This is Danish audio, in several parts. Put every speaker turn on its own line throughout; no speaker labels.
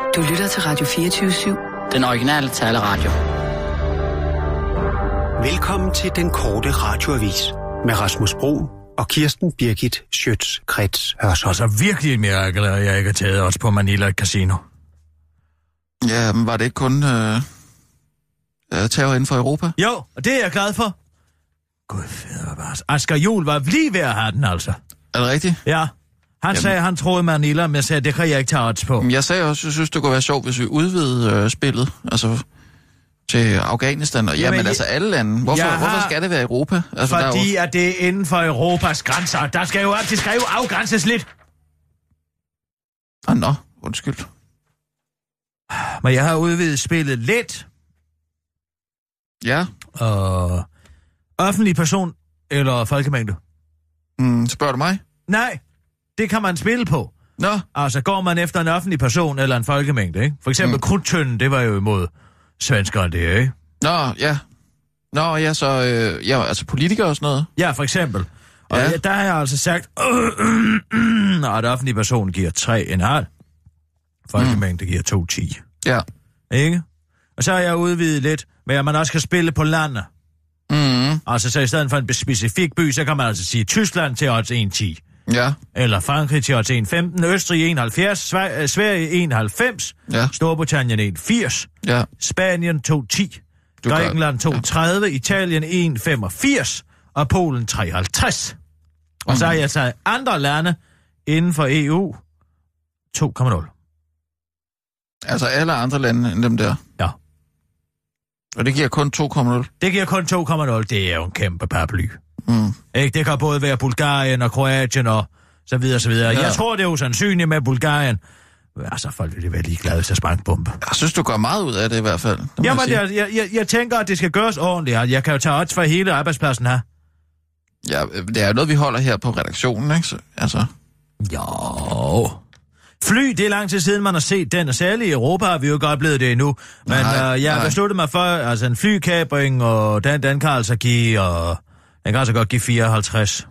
Du lytter til Radio 24/7.
Den originale taleradio.
Velkommen til den korte radioavis med Rasmus Bro og Kirsten Birgit Schøtz-Krets Hørsholm.
Altså virkelig et mirakel, at jeg ikke har taget os på Manila Casino.
Ja, men var det ikke kun terror inden for Europa?
Jo, og det er jeg glad for. Gud fader, Asger Juhl var lige ved at have den, altså.
Er det rigtigt?
Ja. Han sagde, han troede Manila, men jeg sagde, det kan jeg ikke tage odds på.
Jeg sagde også, jeg synes, det kunne være sjovt, hvis vi udvidede spillet, altså til Afghanistan, og jamen altså alle lande. Hvorfor skal det være Europa? Altså,
fordi at det er inden for Europas grænser. Det skal jo afgrænses lidt.
Nå, undskyld.
Men jeg har udvidet spillet lidt.
Ja.
Og offentlig person eller folkemængde?
Spørger du mig?
Nej, det kan man spille på.
Nå.
Altså går man efter en offentlig person eller en folkemængde, ikke? For eksempel Krudtønden, det var jo imod svenskerne, det, ikke?
Nå, ja, så altså politikere og sådan noget.
Ja, for eksempel. Og
ja.
Der har jeg altså sagt, at offentlig person giver 3,5. Folkemængde giver 2,10.
Ja.
Ikke? Og så har jeg udvidet lidt med, at man også kan spille på landet. Altså så i stedet for en specifik by, så kan man altså sige Tyskland til odds 1,10.
Ja.
Eller Frankrig til odds 1,15. Østrig 71. Sverige 91.
Ja.
Storbritannien 1,80.
Ja.
Spanien 2,10. Grækenland 2,30. Italien 1,85. Og Polen 3,50. Og så har jeg taget andre lande inden for EU 2,0.
Altså alle andre lande end dem der?
Ja.
Og det giver kun 2,0?
Det giver kun 2,0. Det er jo en kæmpe paraply. Ikke? Det kan både være Bulgarien og Kroatien og så videre, så videre. Ja. Jeg tror, det er jo sandsynligt med Bulgarien. Altså, folk vil være ligeglade, hvis der sprang bombe.
Jeg synes, du går meget ud af det i hvert fald.
Jamen, jeg tænker, at det skal gøres ordentligt. Jeg kan jo tage odds for hele arbejdspladsen her.
Ja, det er noget, vi holder her på redaktionen, ikke? Så, altså.
Jo. Fly, det er lang tid siden, man har set den, og særligt i Europa har vi jo godt blevet det endnu. Men jeg har besluttet mig for, altså en flykabring, og den kan altså give, og den kan altså godt give 54.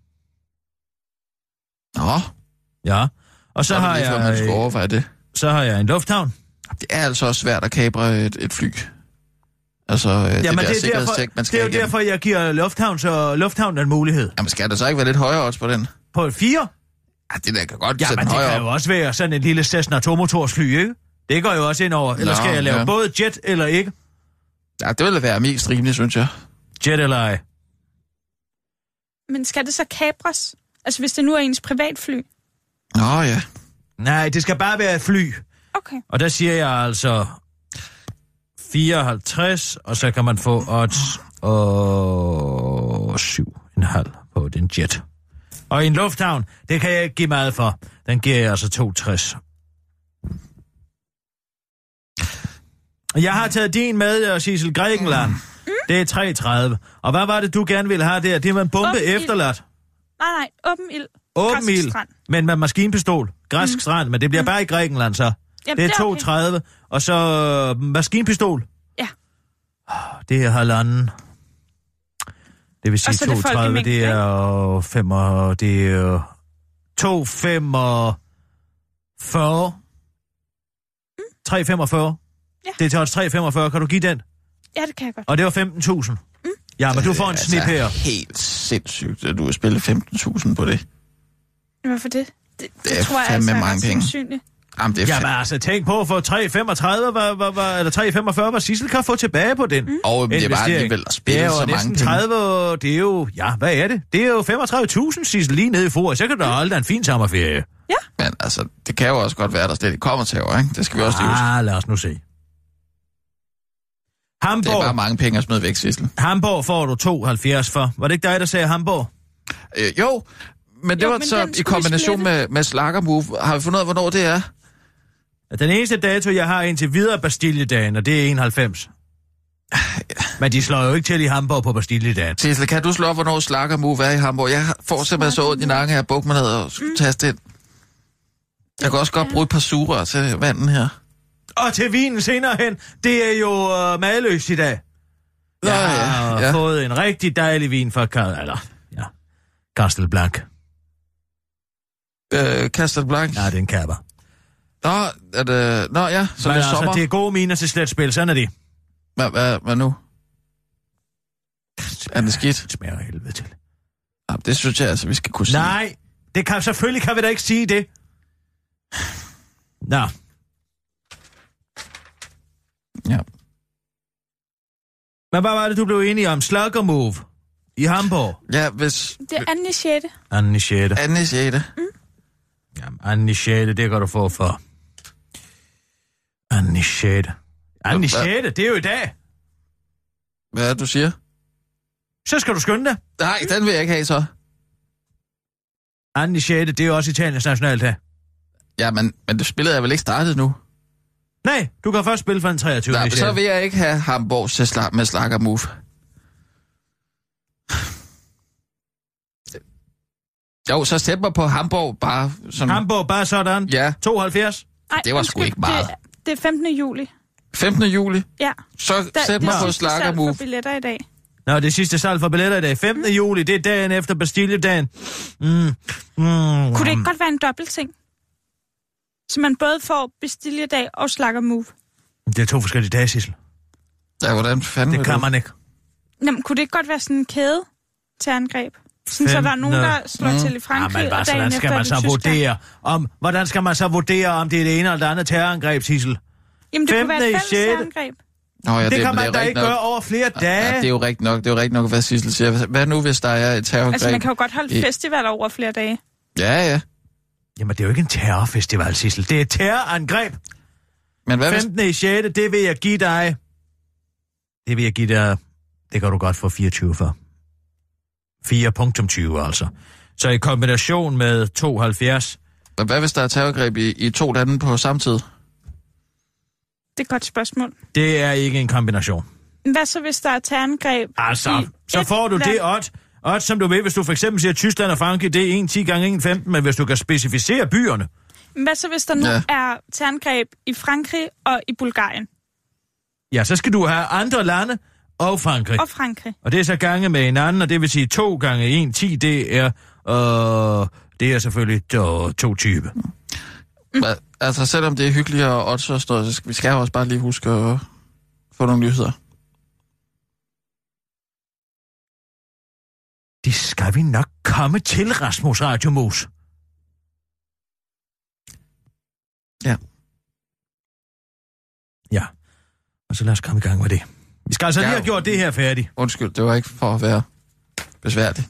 Nå.
Ja. Og så har jeg...
Man skal overveje det.
Så har jeg en lufthavn.
Det er altså også svært at kapre et fly. Altså, det der sikkerhedstjek, man skal
det er jo derfor, jeg giver lufthavn en mulighed.
Jamen, skal der så ikke være lidt højere odds på den?
På et 4?
Ja, det der kan godt
sætte
højere op.
Ja, men det kan jo også være sådan en lille Cessna atommotorsfly, ikke? Det går jo også ind over. Eller skal jeg lave både jet eller ikke?
Ja, det ville være mest rimeligt, synes jeg.
Jet eller ej.
Men skal det så kapres? Altså, hvis det nu er ens privatfly?
Nå, ja.
Nej, det skal bare være et fly.
Okay.
Og der siger jeg altså 54, og så kan man få odds og 7,5 på den jet. Og en lufthavn, det kan jeg ikke give meget for. Den giver jeg altså 2,60. Jeg har taget din med, Sissel, Grækenland. Det er 3,30. Og hvad var det, du gerne ville have der? Det var en bombe efterladt.
Nej, åben ild.
Åben ild, men med maskinpistol. Græsk strand, men det bliver bare i Grækenland så.
Jamen,
det er 2,30, okay. Og så maskinpistol.
Ja.
Det er halvanden. Det vil sige 2,30, det er jo 5, og det er jo 2,45. 3,45.
Ja.
Det er til os 3,45. Kan du give den?
Ja, det kan jeg godt.
Og det var 15.000. Ja, men du får en snip her.
Helt sindssygt, at du har spillet 15.000 på det.
Hvorfor det? Det
tror jeg altså mange penge.
Jamen, jamen altså, tænk på for 3,35 eller 3,45, hvad Sissel kan få tilbage på den.
Og det er bare alligevel at spille så mange penge.
30, det er jo, ja, hvad er det? Det er jo 35.000, Sissel, lige nede i for, så kan du holde dig en fin sommerferie.
Ja.
Men altså, det kan jo også godt være, der slet ikke kommer til år, ikke? Det skal vi også huske.
Lad os nu se. Hamburg.
Det er bare mange penge at smide væk, Sissel.
Hamburg får du 2,70 for. Var det ikke dig, der sagde Hamburg?
Jo, men det var så i kombination med Slaggermove. Har vi fundet ud af, hvornår det er?
Den eneste dato, jeg har indtil videre Bastilledagen, og det er 91. Men de slår jo ikke til i Hamburg på Bastilledagen.
Sissel, kan du slå op, hvornår Slaggermove er i Hamburg? Jeg får simpelthen så ondt i nakken af bukke, man havde taste ind. Jeg kan også godt bruge et par surer til vanden her. Og
til vinen senere hen, det er jo madløs i dag. Jeg har fået en rigtig dejlig vin fra Castel Blanc.
Castel Blanc?
Ja, det er en kærber.
Nå, er det... Nå ja, så
Men
det er
altså,
sommer.
det er gode miner til sletspil, sådan er det.
Hvad nu? Er det skidt?
Det smager helvede til.
Ja, det synes jeg altså, vi skal kunne sige.
Nej, selvfølgelig kan vi da ikke sige det. Nå.
Ja.
Men hvad var det, du blev enig om? Slugger Move i Hamburg?
Ja, hvis...
Det er 2. 6.
2. 6.
2. 6.
Jamen, 2. 6, det kan du få for. 2. 6. 2. 6, det er jo i dag.
Hvad er det, du siger?
Så skal du skynde dig.
Nej, den vil jeg ikke have så.
2. 6, det er jo også Italiens nationaldag.
Ja, men det spillet er vel ikke startet nu?
Nej, du kan først spille for den 23.
Nej, så vil jeg ikke have Hamburg med Slugger Move. Jo, så stemmer på Hamburg bare sådan...
Hamburg, bare sådan?
Ja.
72?
Ej,
Det var sgu ikke meget.
Det er 15. juli.
15. juli?
Ja.
Så sæt mig på Slugger Move.
Det er billetter i dag.
Nå, det sidste salg for billetter i dag. 15. juli, det er dagen efter Bastille-dagen.
Kunne det ikke godt være en dobbeltting? Så man både får Bastille-dag og Slugger Move.
Det er 2 forskellige dage, Sissel.
Ja, hvordan fanden
Det kan man ikke.
Jamen, kunne det ikke godt være sådan en kæde til angreb? Sådan, så der er nogen, der slår til i Frankrig,
men
og dagen
hvordan skal
efter
man så vurdere, hvordan skal man så vurdere, om det er det ene eller det andet terrorangreb, Sissel?
Jamen, det kunne være et
15.
fælles terrorangreb.
Nå, ja,
Det kan man
er
da
rigtigt
ikke
nok.
gøre over flere dage.
Ja, det er jo rigtigt nok. Det er jo rigtigt nok, hvad Sissel siger. Hvad nu, hvis der er et terrorangreb?
Altså, man kan jo godt holde festivaler over flere dage.
Ja.
Jamen, det er jo ikke en terrorfestival, Sissel. Det er et terrorangreb.
Men hvad
15. i 6. Det vil jeg give dig. Det kan du godt få 24 for. 4.20 altså. Så i kombination med 72.
Men hvad hvis der er terrorangreb i 2 lande på samme tid?
Det er et godt spørgsmål.
Det er ikke en kombination.
Hvad så, hvis der er terrorangreb
Altså, så får du det odds, som du vil. Hvis du for eksempel siger Tyskland og Frankrig, det er 1,10 gange 1,15, men hvis du kan specificere byerne.
Hvad så, hvis der nu er terrorangreb i Frankrig og i Bulgarien?
Ja, så skal du have andre lande og Frankrig.
Og Frankrig.
Og det er så gange med hinanden, og det vil sige 2 gange 1,10, det er selvfølgelig 2,20.
Altså, selvom det er hyggeligt og odds og sådan noget, så vi skal også bare lige huske at få nogle nyheder.
Det skal vi nok komme til, Rasmus Radiomus.
Ja.
Ja, og så lad os komme i gang med det. Vi skal altså lige have gjort det her færdigt.
Undskyld, det var ikke for at være besværlig.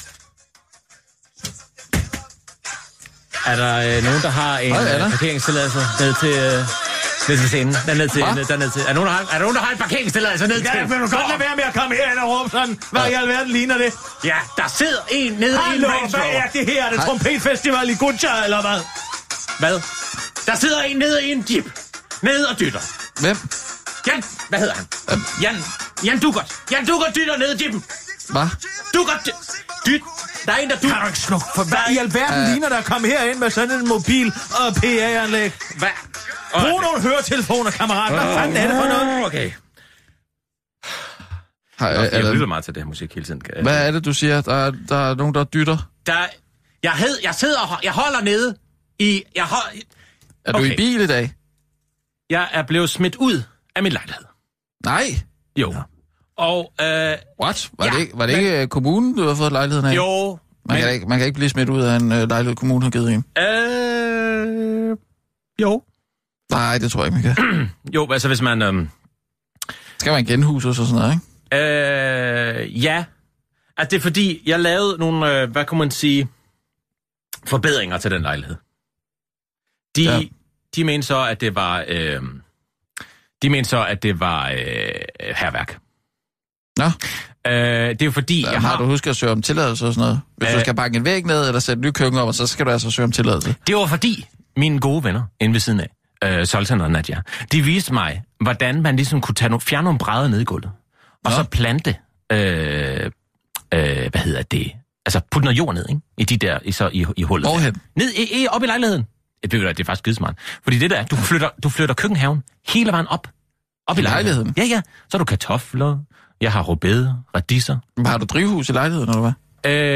Er der nogen, der har en parkeringstilladelse ned til scenen? Er der nogen, der har en parkeringstilladelse ned til?
Ja, vil du godt lade være med at komme herind og råbe sådan? Hvad i alverden ligner det?
Ja, der sidder en nede i en Range
hvad
Rover.
er det her? Er det trompetfestival i Gucci, eller hvad?
Hvad? Der sidder en nede i en jeep. Nede og dytter.
Hvem?
Jan, hvad hedder han? Jan Dugert. Jan Dugert dytter nede i jeepen.
Hvad?
Dugert dyt. Der er en, der dytter.
Kan du ikke slukke for hvad i alverden ligner der at komme herind med sådan en mobil og PA-anlæg?
Hvad?
Brug nogle høretelefoner, kammerat. Hvad fanden er det for noget?
Okay. Jeg lytter meget til det her musik hele tiden.
Hvad er det, du siger? Der er nogen, der dytter?
Jeg holder nede i...
Er du i bil i dag?
Jeg er blevet smidt ud af min lejlighed.
Nej.
Jo. Og...
What? Var det ikke kommunen, du har fået lejligheden af?
Jo.
Man kan ikke blive smidt ud af en lejlighed, kommunen har givet en.
Jo.
Nej, det tror jeg ikke, man kan.
Jo, altså hvis man...
Skal man genhuse og sådan noget, ikke?
Ja. Altså det er fordi, jeg lavede nogle, hvad kan man sige, forbedringer til den lejlighed. De mente så, at det var... hærværk.
Nå.
Det er jo fordi, jeg
har du husket at søge om tilladelse og sådan noget? Hvis du skal pakke en væg ned, eller sætte ny køkken op, så skal du altså søge om tilladelse.
Det var fordi, mine gode venner inde ved siden af, Soltan og Nadia, de viste mig, hvordan man ligesom kunne fjerne nogle brædder ned i gulvet. Og så plante, altså putte noget jord ned, ikke? I de der, i hullet.
Hvorhen?
Ned op i lejligheden. Det er faktisk skidesmart. Fordi det der, du flytter køkkenhaven hele vejen op i lejligheden. Ja. Så har du kartofler, jeg har rødbede, radiser.
Har du drivhus i lejligheden, eller hvad?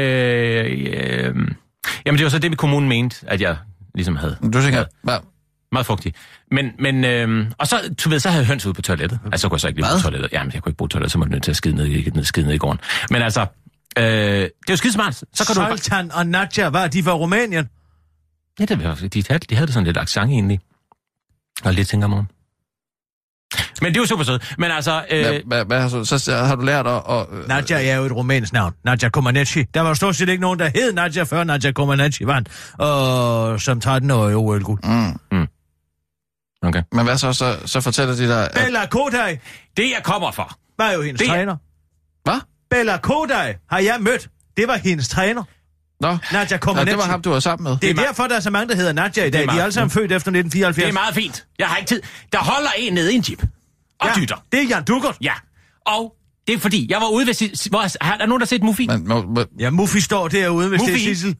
Jamen det var så det, kommunen mente, at jeg ligesom havde.
Du tænker,
meget fugtig. Og så, du ved, så havde jeg høns ude på toilettet. Altså, så kunne jeg så ikke lige bruge toilettet. Jamen, jeg kunne ikke bruge toilettet, så må jeg nødt til at skide ned i gården. Men altså, det er jo skidesmart. Så kan
Sultan og Nadja, var de fra Rumænien?
Ja, de havde det sådan lidt accent egentlig. Og lidt tænker mig om. Men det er jo super sødt. Men altså...
Så har du lært at...
Nadja er jo et rumænsk navn. Nadja Comaneci. Der var stort set ikke nogen, der hed Nadja, før Nadja Comaneci vandt. Og som 13-årig OL-guld.
Okay.
Men hvad så fortæller de der...
Bella Kodaj.
Det, jeg kommer for.
Var jo hendes træner.
Hvad?
Bella Kodaj har jeg mødt. Det var hendes træner.
Nå,
Nadja Comaneci.
det var ham, du var sammen med.
Det er derfor, der er så mange, der hedder Nadja i dag. De er alle sammen født efter 1974.
Det er meget fint. Jeg har ikke tid. Der holder en nede i en jeep. Og dytter.
Det er Jan Duggert.
Ja. Og det er fordi, jeg var ude ved... Er der nogen, der har set Muffy?
Ja, Muffy står derude ved Sissel.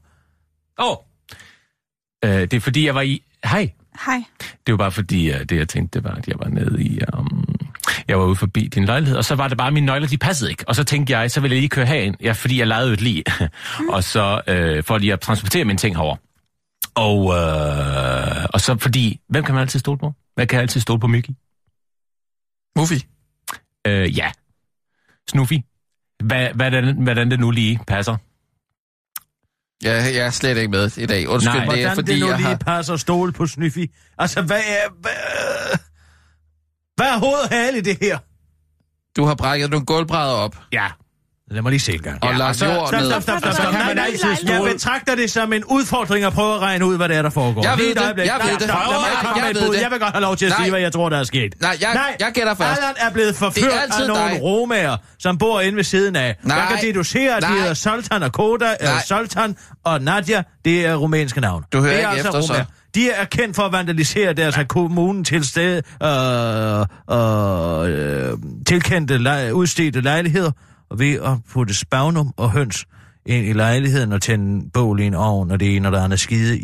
Det er fordi, jeg var i... Hej. Det var bare fordi, det jeg tænkte, det var, at jeg var nede i... Jeg var ude forbi din lejlighed, og så var det bare, mine nøgler, de passede ikke. Og så tænkte jeg, så ville jeg lige køre herind. Ja, fordi jeg lejede et lig. Og så for lige at transportere mine ting herover. Og så fordi... Hvem kan man altid stole på? Hvad kan jeg altid stole på, Mickey?
Muffy?
Ja. Snuffy. Hvordan det nu lige passer?
Ja, jeg er slet ikke med i dag. Undskyld,
nej,
det er fordi,
det nu
jeg
lige
har...
passer stole på Snuffy? Altså, hvad er hovedhale i det her?
Du har brækket nogle gulvbrædder op.
Ja.
Lad mig lige se en gang.
Og lagt jord ned.
Stop. Jeg betragter det som en udfordring at prøve at regne ud, hvad det er, der foregår.
Jeg ved det.
Jeg vil godt have lov til at sige, hvad jeg tror, der er sket.
Nej, jeg gætter først.
Allan er blevet forført af nogle romager, som bor inde ved siden af. Jeg kan deducere, at de hedder Sultan og Koda, Sultan og Nadja. Det er rumænske navn.
Du hører ikke efter, så.
De er kendt for at vandalisere deres kommunen til sted tilkendte udstedte lejligheder, og ved at putte spagnum og høns ind i lejligheden og tænde bål i en ovn, og det ene og det andet skide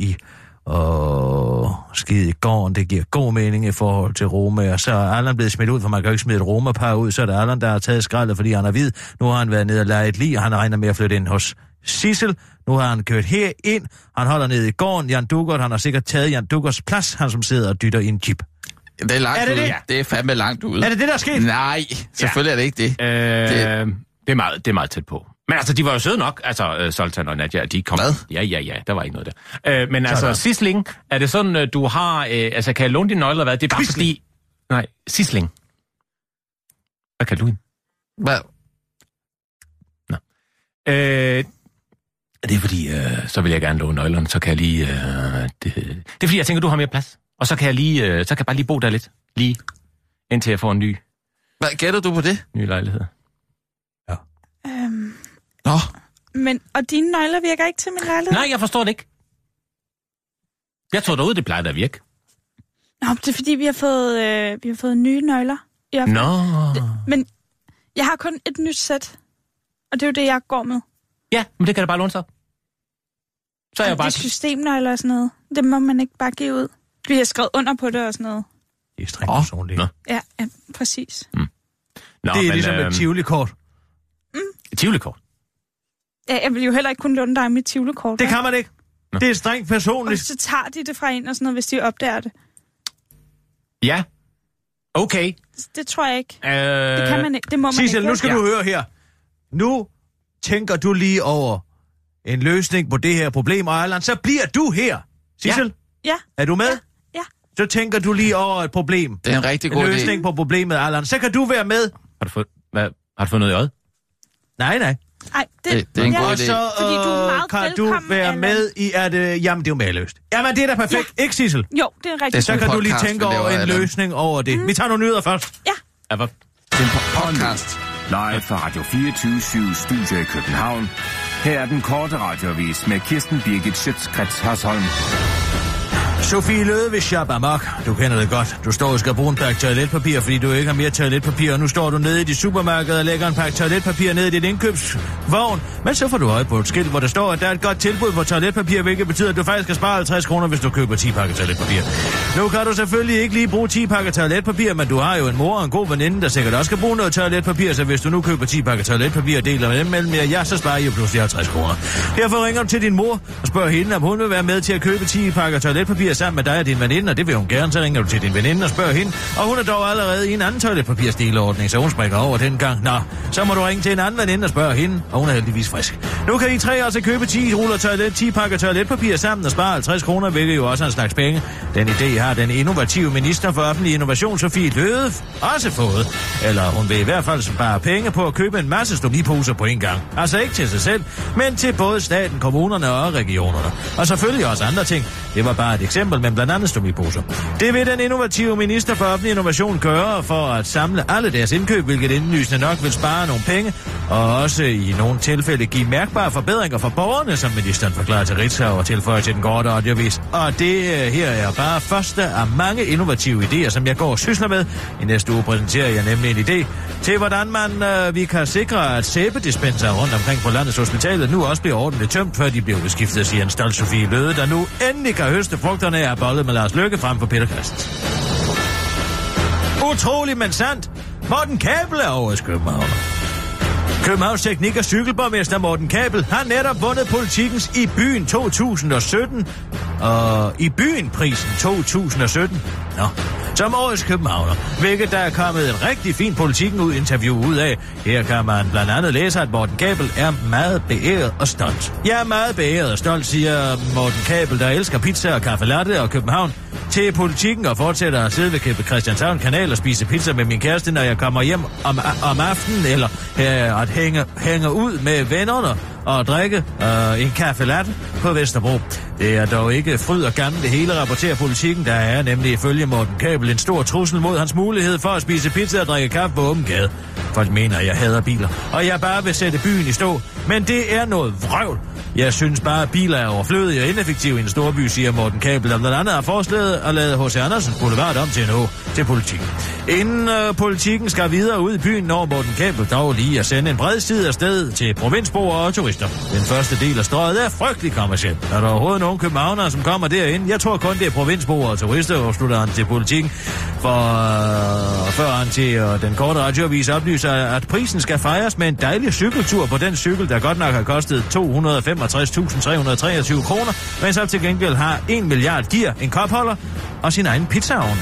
i gården. Det giver god mening i forhold til romaer. Så er Allan blevet smidt ud, for man kan jo ikke smide et romapar ud, så er det Allan, der har taget skraldet, fordi han er hvid. Nu har han været nede og lejet et lig, og han regner med at flytte ind hos Sissel. Nu har han kørt herind. Han holder nede i gården. Jan Duggert, han har sikkert taget Jan Duggerts plads, han som sidder og dytter i en jeep.
Det er langt ud. Ja. Det er fandme langt ud.
Er det det, der er sket?
Nej, selvfølgelig er det ikke det.
Det er meget tæt på. Men altså, de var jo søde nok. Altså, Sultan og Nadja, de kom...
Hvad?
Ja, der var ikke noget der. Men altså, Sisling, er det sådan, du har... altså, kan jeg låne dine nøgler, hvad? Det er bare fordi... Nej, Sisling. Hvad kan du hende?
Hvad?
Nå. Det er fordi, så vil jeg gerne låne nøglerne, så kan jeg lige... det er fordi, jeg tænker, du har mere plads. Og så kan jeg lige... så kan jeg bare lige bo der lidt. Lige indtil jeg får en ny...
Hvad gætter du på det?
Ny lejlighed. Ja.
Nå.
Men, og dine nøgler virker ikke til min lejlighed?
Nej, jeg forstår det ikke. Jeg tror derude, det plejer at virke.
Nå, det er fordi, vi har fået nye nøgler.
Nå.
Men jeg har kun et nyt sæt. Og det er jo det, jeg går med.
Ja, men det kan da bare låne sig. Så er jeg bare...
Det er systemnøgler og sådan noget. Det må man ikke bare give ud. Vi har skrevet under på det og sådan noget.
Det er strengt personligt.
Ja, præcis.
Nå,
det er ligesom et Tivoli-kort.
Et Tivoli-kort?
Ja, jeg vil jo heller ikke kunne låne dig mit Tivoli-kort.
Det kan man ikke. Nå. Det er strengt personligt.
Og så tager de det fra en og sådan noget, hvis de opdager det.
Ja. Okay.
Det tror jeg ikke. Det kan man ikke. Det må man
Sissel,
ikke.
Nu skal du høre her. Nu tænker du lige over en løsning på det her problem, og Allan, så bliver du her. Sissel?
Ja.
Er du med?
Ja.
Så tænker du lige over et problem.
Det er en rigtig god
løsning på problemet, Allan. Så kan du være med.
Har du fået noget i øjet?
Nej.
Nej,
det er en god idé.
Og så
fordi du er meget
kan du være med i, at... jamen, det er jo maløst. Jamen, det er da perfekt. Ja. Ikke, Sissel?
Jo, det er rigtigt.
Så kan du lige tænke over en løsning over det. Vi tager nogle nyheder først.
Ja.
Det
er en podcast.
Live fra Radio 24/7 Studio i København. Her er den korte radioavis med Kirsten Birgit Schøtz-Krets Hørsholm.
Sofie Løde ved Shop Amok. Du kender det godt. Du står og skal bruge en pakke toiletpapir, fordi du ikke har mere toiletpapir, og nu står du nede i dit supermarked og lægger en pakke toiletpapir ned i dit indkøbsvogn. Men så får du øje på et skilt, hvor der står, at der er et godt tilbud på toiletpapir, hvilket betyder, at du faktisk skal spare 50 kroner, hvis du køber 10 pakker toiletpapir. Nu kan du selvfølgelig ikke lige bruge 10 pakker toiletpapir, men du har jo en mor og en god veninde, der sikkert også skal bruge noget toiletpapir, så hvis du nu køber 10 pakker toiletpapir og deler dem mellem jer, ja, så sparer I jo pludselig 50 kroner. Derfor ringer du til din mor og spørger hende, om hun vil være med til at købe 10 pakker toiletpapir toiletpapir sammen med dig og din veninde, og det vil hun gerne, så ringer du til din veninde og spørger hende, og hun er dog allerede i en anden toiletpapirstilordning, så hun springer over den gang. Nå, så må du ringe til en anden veninde og spørge hende, og hun er heldigvis frisk. Nu kan I tre altså købe 10 ruller 10 pakker toiletpapir sammen og spare 50 kroner, hvilket jo også er en slags penge. Den idé har den innovative minister for offentlig innovation, Sofie Løde, også fået. Eller hun vil i hvert fald spare penge på at købe en masse stomiposer på en gang. Altså ikke til sig selv, men til både staten, kommunerne og regionerne. Og selvfølgelig også andre ting. Det var bare et eksempel, men blandt andet stomiposer. Det vil den innovative minister for offentlig innovation gøre for at samle alle deres indkøb, hvilket indlysende nok vil spare nogle penge, og også i nogle tilfælde give mærkbare forbedringer for borgerne, som ministeren forklarer til Ritzau og tilføjer til den korte radioavis. Og det her er bare første af mange innovative idéer, som jeg går og sysler med. I næste uge præsenterer jeg nemlig en idé til, hvordan vi kan sikre, at sæbedispenser rundt omkring på landets hospitaler nu også bliver ordentligt tømt, før de bliver beskiftet, siger en stolt Sofie Løde, der nu endelig kan høste frugterne af bollet med Lars Løkke frem for Peter Christensen. Utroligt, men sandt. Morten Kabel er over i København. Københavns teknik- og cykelborgmester Morten Kabel har netop vundet Politikens i byen 2017 og i byen-prisen 2017. Nå, som årets københavner, hvilket der er kommet en rigtig fin Politiken ud interview ud af. Her kan man blandt andet læse, at Morten Kabel er meget beæret og stolt. Jeg er meget beæret og stolt, siger Morten Kabel, der elsker pizza og kaffe latte og København, til Politiken og fortsætter at sidde ved Christianshavn Kanal og spise pizza med min kæreste, når jeg kommer hjem om aftenen, eller at hænge ud med vennerne og drikke en kaffe latte på Vesterbro. Det er dog ikke fryd og gammel det hele, rapporterer Politiken. Der er nemlig ifølge Morten Kabel en stor trussel mod hans mulighed for at spise pizza og drikke kaffe på åben gade. Folk mener, at jeg hader biler, og jeg bare vil sætte byen i stå. Men det er noget vrøvl. Jeg synes bare, at biler er overflødige og ineffektive i en storby, siger Morten Kabel, der blandt andet har foreslået at lade H.C. Andersen Boulevard om til en H til Politiken. Inden Politiken skal videre ud i byen, når Morten Kabel dog lige at sende en bred side afsted til provinsboer og turister. Den første del af strøget er frygtelig kommercielt. Er der overhovedet nogen københavnere, som kommer derinde? Jeg tror kun, det er provinsboer og turister, og slutter han til Politiken. Før han til den korte radioavis oplyser, at prisen skal fejres med en dejlig cykeltur på den cykel, der godt nok har kostet 265.323 kroner, men så til gengæld har 1 milliard gear, en kopholder og sin egen pizzaovn.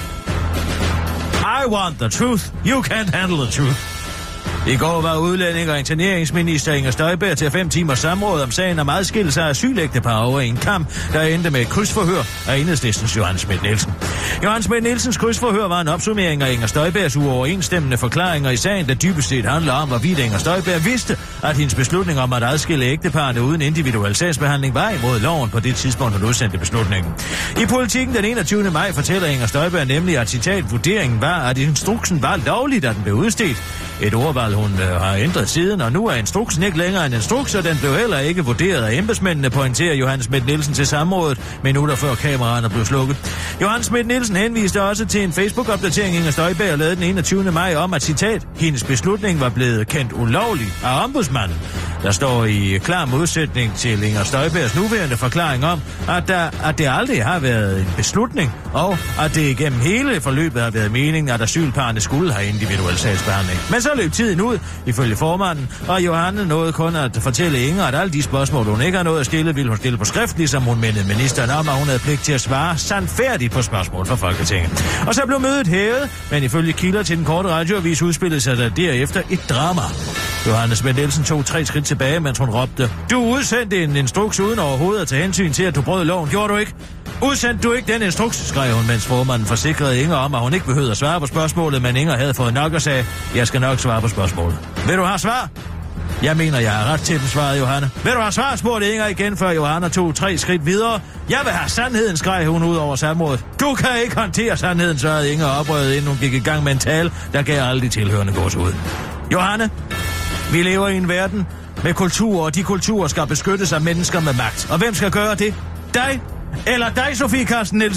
I want the truth. You can't handle the truth. I går var udlænding- og interneringsminister Inger Støjberg til 5 timers samråd om sagen om adskillelse af asylægtepar over en kamp, der endte med et krydsforhør af Enhedslistens Johan Schmidt-Nielsen. Johan Schmidt-Nielsens krydsforhør var en opsummering af Inger Støjbergs uoverensstemmende forklaringer i sagen, der dybest set handler om, hvorvidt Inger Støjberg vidste, at hendes beslutning om at adskille ægteparerne uden individuel sagsbehandling var imod loven på det tidspunkt, hun udsendte beslutningen. I Politiken den 21. maj fortæller Inger Støjberg nemlig, at citat, vurderingen var, at instruksen var lovlig, da den blev udstedt. Et ordvalg, hun har ændret siden, og nu er instruksen ikke længere en instruks, og den blev heller ikke vurderet af embedsmændene, pointerer Johan Schmidt-Nielsen til samrådet, minutter før kameraerne blev slukket. Johan Schmidt-Nielsen henviste også til en Facebook-opdatering, Inger Støjberg lavede den 21. maj om, at citat, hendes beslutning var blevet kendt ulovlig af ombudsmanden. Der står i klar modsætning til Inger Støjbergs nuværende forklaring om, at det aldrig har været en beslutning, og at det igennem hele forløbet har været meningen, at asylparerne skulle have individuel sagsbehandling. Men så løb tiden ud, ifølge formanden, og Johanne nåede kun at fortælle Inger, at alle de spørgsmål, hun ikke har nået at stille, ville hun stille på skrift, ligesom hun mindede ministeren om, at hun havde pligt til at svare sandfærdigt på spørgsmål fra Folketinget. Og så blev mødet hævet, men ifølge kilder til den korte radioavis udspillede sig der derefter et drama. Johannes Schmidt-Nielsen tog 3 skridt tilbage, mens hun råbte, du udsendte en instruks uden overhovedet at tage hensyn til, at du brød loven. Gjorde du ikke? Udsendte du ikke den instruks, skrev hun, mens formanden forsikrede Inger om, at hun ikke behøvede at svare på spørgsmålet, men Inger havde fået nok og sagde, jeg skal nok svare på spørgsmålet. Vil du have svar? Jeg mener, jeg har ret til den, svarede Johanne. Vil du have svar, spurgte Inger igen, før Johanne tog 3 skridt videre. Jeg vil have sandheden, skreg hun ud over samrådet. Du kan ikke håndtere sandheden, svarede Inger oprøret, inden hun gik i gang med en tale, der gav alle de tilhørende gås ud. Johanne, vi lever i en verden med kulturer, og de kulturer skal beskyttes af mennesker med magt. Og hvem skal gøre det? Dig? Eller dig, Sofie Carsten Nielsen?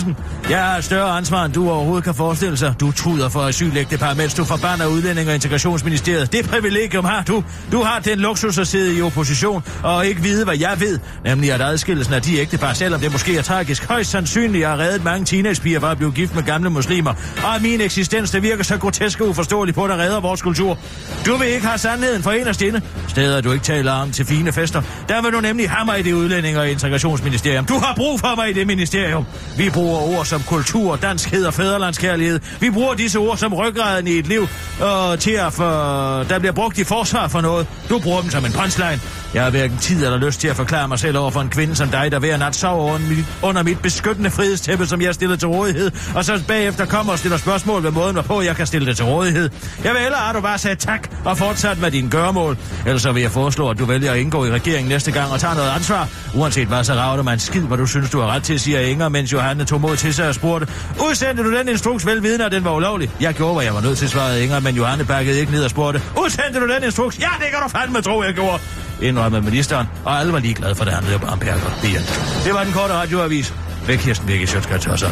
Jeg har større ansvar, end du overhovedet kan forestille sig. Du tuder for asylægtepar, mens du forbander Udlænding- og Integrationsministeriet. Det privilegium har du. Du har den luksus at sidde i opposition og ikke vide, hvad jeg ved. Nemlig at adskillelsen af de ægtepar, selvom det måske er tragisk, højst sandsynligt har reddet mange teenagepiger fra at blive gift med gamle muslimer. Og min eksistens, det virker så grotesk og uforståeligt på, der redder vores kultur. Du vil ikke have sandheden for inderst inde. Steder, du ikke taler om til fine fester. Der vil du nemlig have mig i det Udlænding- og Integrationsministerium. Du har brug for mig i det ministerium. Vi bruger ord som kultur, danskhed og fædrelandskærlighed. Vi bruger disse ord som ryggraden i et liv, til at der bliver brugt i forsvar for noget. Du bruger dem som en punchline. Jeg har hverken tid eller lyst til at forklare mig selv over for en kvinde som dig, der hver nat sover under mit beskyttende frihedstæppe, som jeg stiller til rådighed, og så bagefter kommer og stiller spørgsmål ved måden, hvorpå jeg kan stille det til rådighed. Jeg vil hellere, at du bare sagde tak og fortsat med dine gøremål. Ellers så vil jeg foreslå, at du vælger at indgå i regeringen næste gang og tager noget ansvar. Uanset hvad, så rager du mig en skid, hvad du synes, du har ret til, siger Inger, mens Johanne tog mod til sig og spurgte: udsendte du den instruks velvidende, at den var ulovlig? Jeg gjorde, hvad jeg var nødt til, svarede Inger, men Johanne bakkede ikke ned og spurgte: udsendte du den instruks? Ja, det kan du fandme tro, jeg gjorde. Indrømmede ministeren, og alle var ligeglade for det, handlede jo bare om perker. Det var den korte radioavis. Ved Kirsten Birgit Schøtz-Krets Hasholm.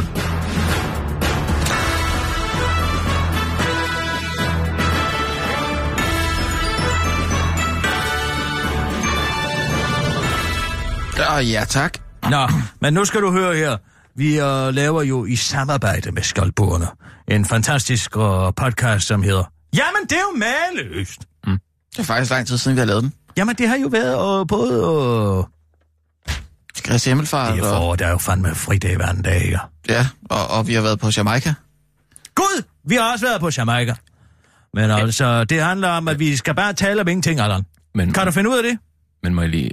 Ja, tak.
Nå, men nu skal du høre her. Vi laver jo i samarbejde med Skjoldborgerne en fantastisk podcast, som hedder Jamen, det er jo maløst.
Det er faktisk lang tid siden, vi har lavet den.
Jamen, det har jo været både...
Kristi Himmelfart.
Det er forår, der er jo fandme fridag hver anden dag, ikke?
Ja, og vi har været på Jamaica.
Gud, vi har også været på Jamaica. Men altså, det handler om, at vi skal bare tale om ingenting, Allan. Kan du finde ud af det?
Men må jeg lige...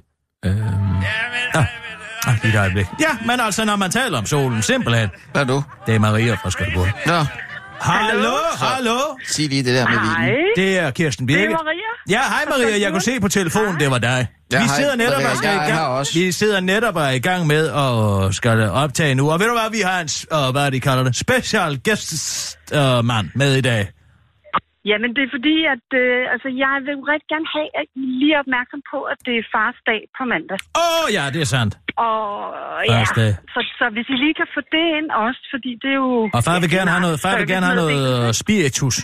Lige et øjeblik. Ja, men altså, når man taler om solen, simpelthen.
Hvad er du?
Det er Maria fra Skjoldborg.
Nå.
Hallo?
Sig lige det der med vinen.
Det er Kirsten Birgit.
Det er Maria.
Ja, hej Maria, jeg kunne se på telefonen, det var dig.
Ja,
vi sidder netop
Maria,
og skal i gang. Vi sidder netop og er i gang med at skal optage nu. Og ved du hvad, vi har en, hvad de kalder det, special guest mand med i dag.
Jamen, det er fordi, at jeg vil rigtig gerne have, at I lige er opmærksom på, at det er fars dag på mandag.
Ja, det er sandt.
Og så hvis I lige kan få det ind også, fordi det er jo...
Og far vil gerne have noget spiritus.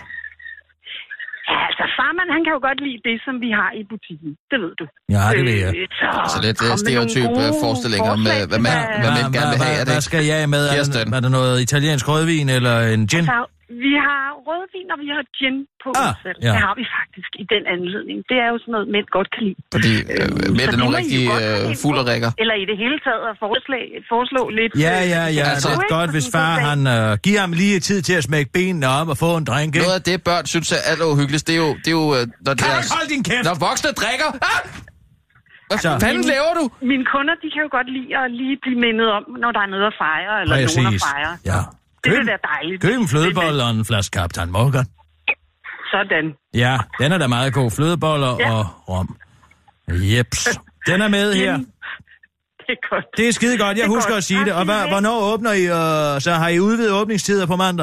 Ja, altså farmand, han kan jo godt lide det, som vi har i butikken. Det ved du.
Ja, det ved jeg.
Så lidt stereotyp forestillinger om, hvad man gerne vil have af det.
Hvad skal jeg med? Er der noget italiensk rødvin eller en gin?
Altså, vi har rødvin, og vi har gin på os selv. Ja. Det har vi faktisk i den anledning. Det er jo sådan noget, mænd godt kan lide.
Fordi mænd er nogle rigtig fulderækker.
Eller i det hele taget at foreslå lidt...
Ja. Altså, det er godt, hvis far han giver ham lige tid til at smække benene op og få en drink.
Noget af det, børn synes er alleruhyggeligst, det er jo når
kan du holde din kæft?
Når voksne drikker... Hvad fanden laver du?
Mine kunder, de kan jo godt lide at lige blive mindet om, når der er noget at fejre, eller nogen at fejre.
Ja.
Det vil være dejligt.
Køb en flødebolle og en flaske Kaptajn Morgan.
Sådan.
Ja, den er da meget god. Flødeboller og rom. Jeps. Den er med her.
Det er godt.
Det er skide godt. Jeg husker at sige det. Og hvornår åbner I? Så har I udvidet åbningstider på mandag?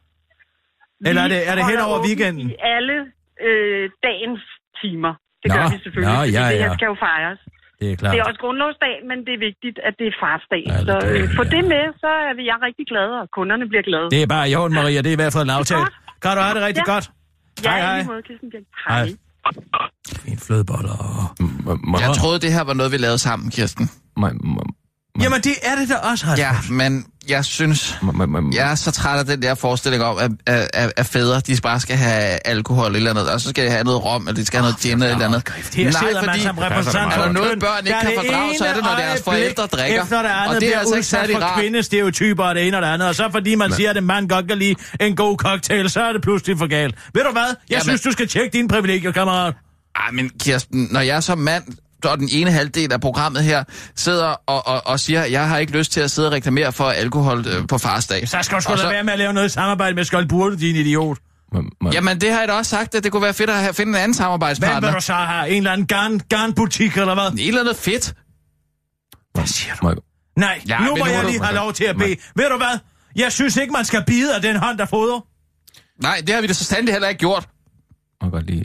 Eller er det hen over weekenden?
I alle dagens timer. Det gør vi selvfølgelig, fordi det her skal jo fejres.
Det er klart.
Det er også grundlovsdag, men det er vigtigt, at det er farsdag. Ja, så få det med, så er jeg rigtig glad, og kunderne bliver glade.
Det er bare i orden, Maria. Det er i hvert fald en aftale. Kan du have det rigtig godt?
Hej. I måde, Kirsten Birgit. Hej.
Fint flødeboller og...
Jeg troede, det her var noget, vi lavede sammen, Kirsten.
Jamen, det er det da også, Rasmus.
Ja, men jeg synes... Jeg er så træt af den der forestilling om, at fædre, de bare skal have alkohol eller andet, og så skal de have noget rom, eller de skal have noget gin eller et eller andet.
Nej, fordi
er der noget, børn ikke kan fordrage, så er det, når deres forældre drikker.
Efter det andet og det er altså ikke særlig rart. Kvindestereotyper og det ene og det andet, og så fordi man siger, at en mand godt kan lide en god cocktail, så er det pludselig for galt. Ved du hvad? Jeg synes, du skal tjekke dine privilegier, kammerat.
Ej, men Kirsten, når jeg som mand... og den ene halvdel af programmet her sidder og siger, jeg har ikke lyst til at sidde og reklamere for alkohol på farsdag.
Så skal du sgu da være med at lave noget samarbejde med Skjoldborg, din idiot.
Jamen, det har jeg da også sagt, at det kunne være fedt at finde en anden samarbejdspartner.
Hvad vil du så have? En eller anden garnbutik, eller hvad?
En eller andet fedt.
Hvad siger du? Nej, ja, nu må jeg lige have lov til at bede. Ved du hvad? Jeg synes ikke, man skal bide af den hånd, der fodrer.
Nej, det har vi da så sandelig heller ikke gjort.
Jeg kan godt lide...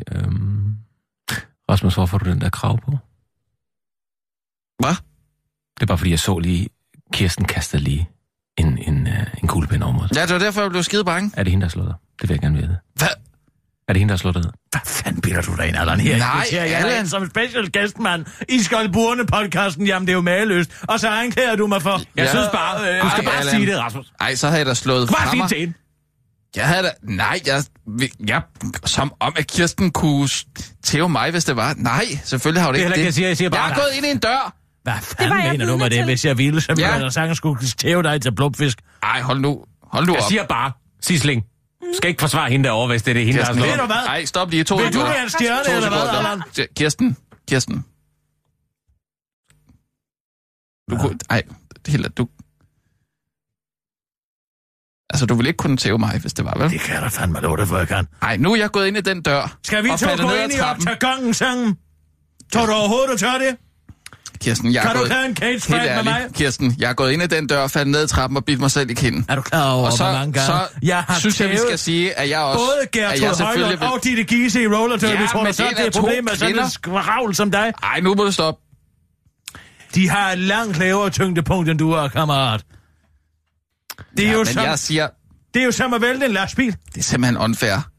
Rasmus, hvorfor får du den der krav på?
Hvad?
Det er bare fordi, jeg så lige... Kirsten kastede lige en kuglepind over mod.
Ja, det var derfor, jeg blev skide bange.
Er det hende, der har slået dig? Det vil jeg gerne vide.
Hvad?
Er det hende, der har slået dig?
Hvad fanden bilder du dig ind, Allan? Her
Nej,
Allan som special guest, mand. I Skoldburene-podcasten, jamen det er jo mageløst. Og så anklager du mig for...
Jeg synes bare, du skal bare
Allan.
sige det, Rasmus.
Ej, så havde jeg da slået
Bare
fra
sige
mig.
til hende.
Jeg havde da... Nej, jeg... Som om, at Kirsten kunne tæve mig, hvis det var. Nej, selvfølgelig har du
Det er
ikke
heller
det.
ikke, jeg siger bare...
Jeg er gået ind i en dør.
Hvad fanden mener du med det, hvis jeg ville, så ville jeg sagtens skulle tæve dig til blubfisk?
Ej, hold nu op.
Jeg siger bare, Sisling. Skal ikke forsvare hende derovre, hvis det er det hende, der har slået.
Ved du hvad?
Ej, stop lige.
Vil du være en stjerne, eller hvad, Allan?
Kirsten. Du kunne... Ej, det hele... Du... Altså, du ville ikke kunne tæve mig, hvis det var, vel?
Det kan jeg da fandme love dig, for jeg kan.
Ej, nu er jeg gået ind i den dør.
Skal vi to gå ind i optagongen sangen? Tror du overhovedet, du tør det?
Kirsten, jeg
kan
er
du
gået...
tage en cage fight med mig?
Kirsten, jeg er gået ind i den dør, faldet ned ad trappen og bidt mig selv i kinden.
Er du klar over,
og så,
hvor mange gange jeg har
synes jeg, vi skal sige, at jeg også...
Både
Gertrud Højlund og Ditte Giese i roller derby, tror du så, det er et problem med sådan en skravl som dig?
Ej, nu må du stoppe.
De har et langt lavere tyngdepunkt, end du har, kammerat. Det er jo som...
jeg siger...
Det er jo som at vælte en lastbil.
Det er simpelthen unfair.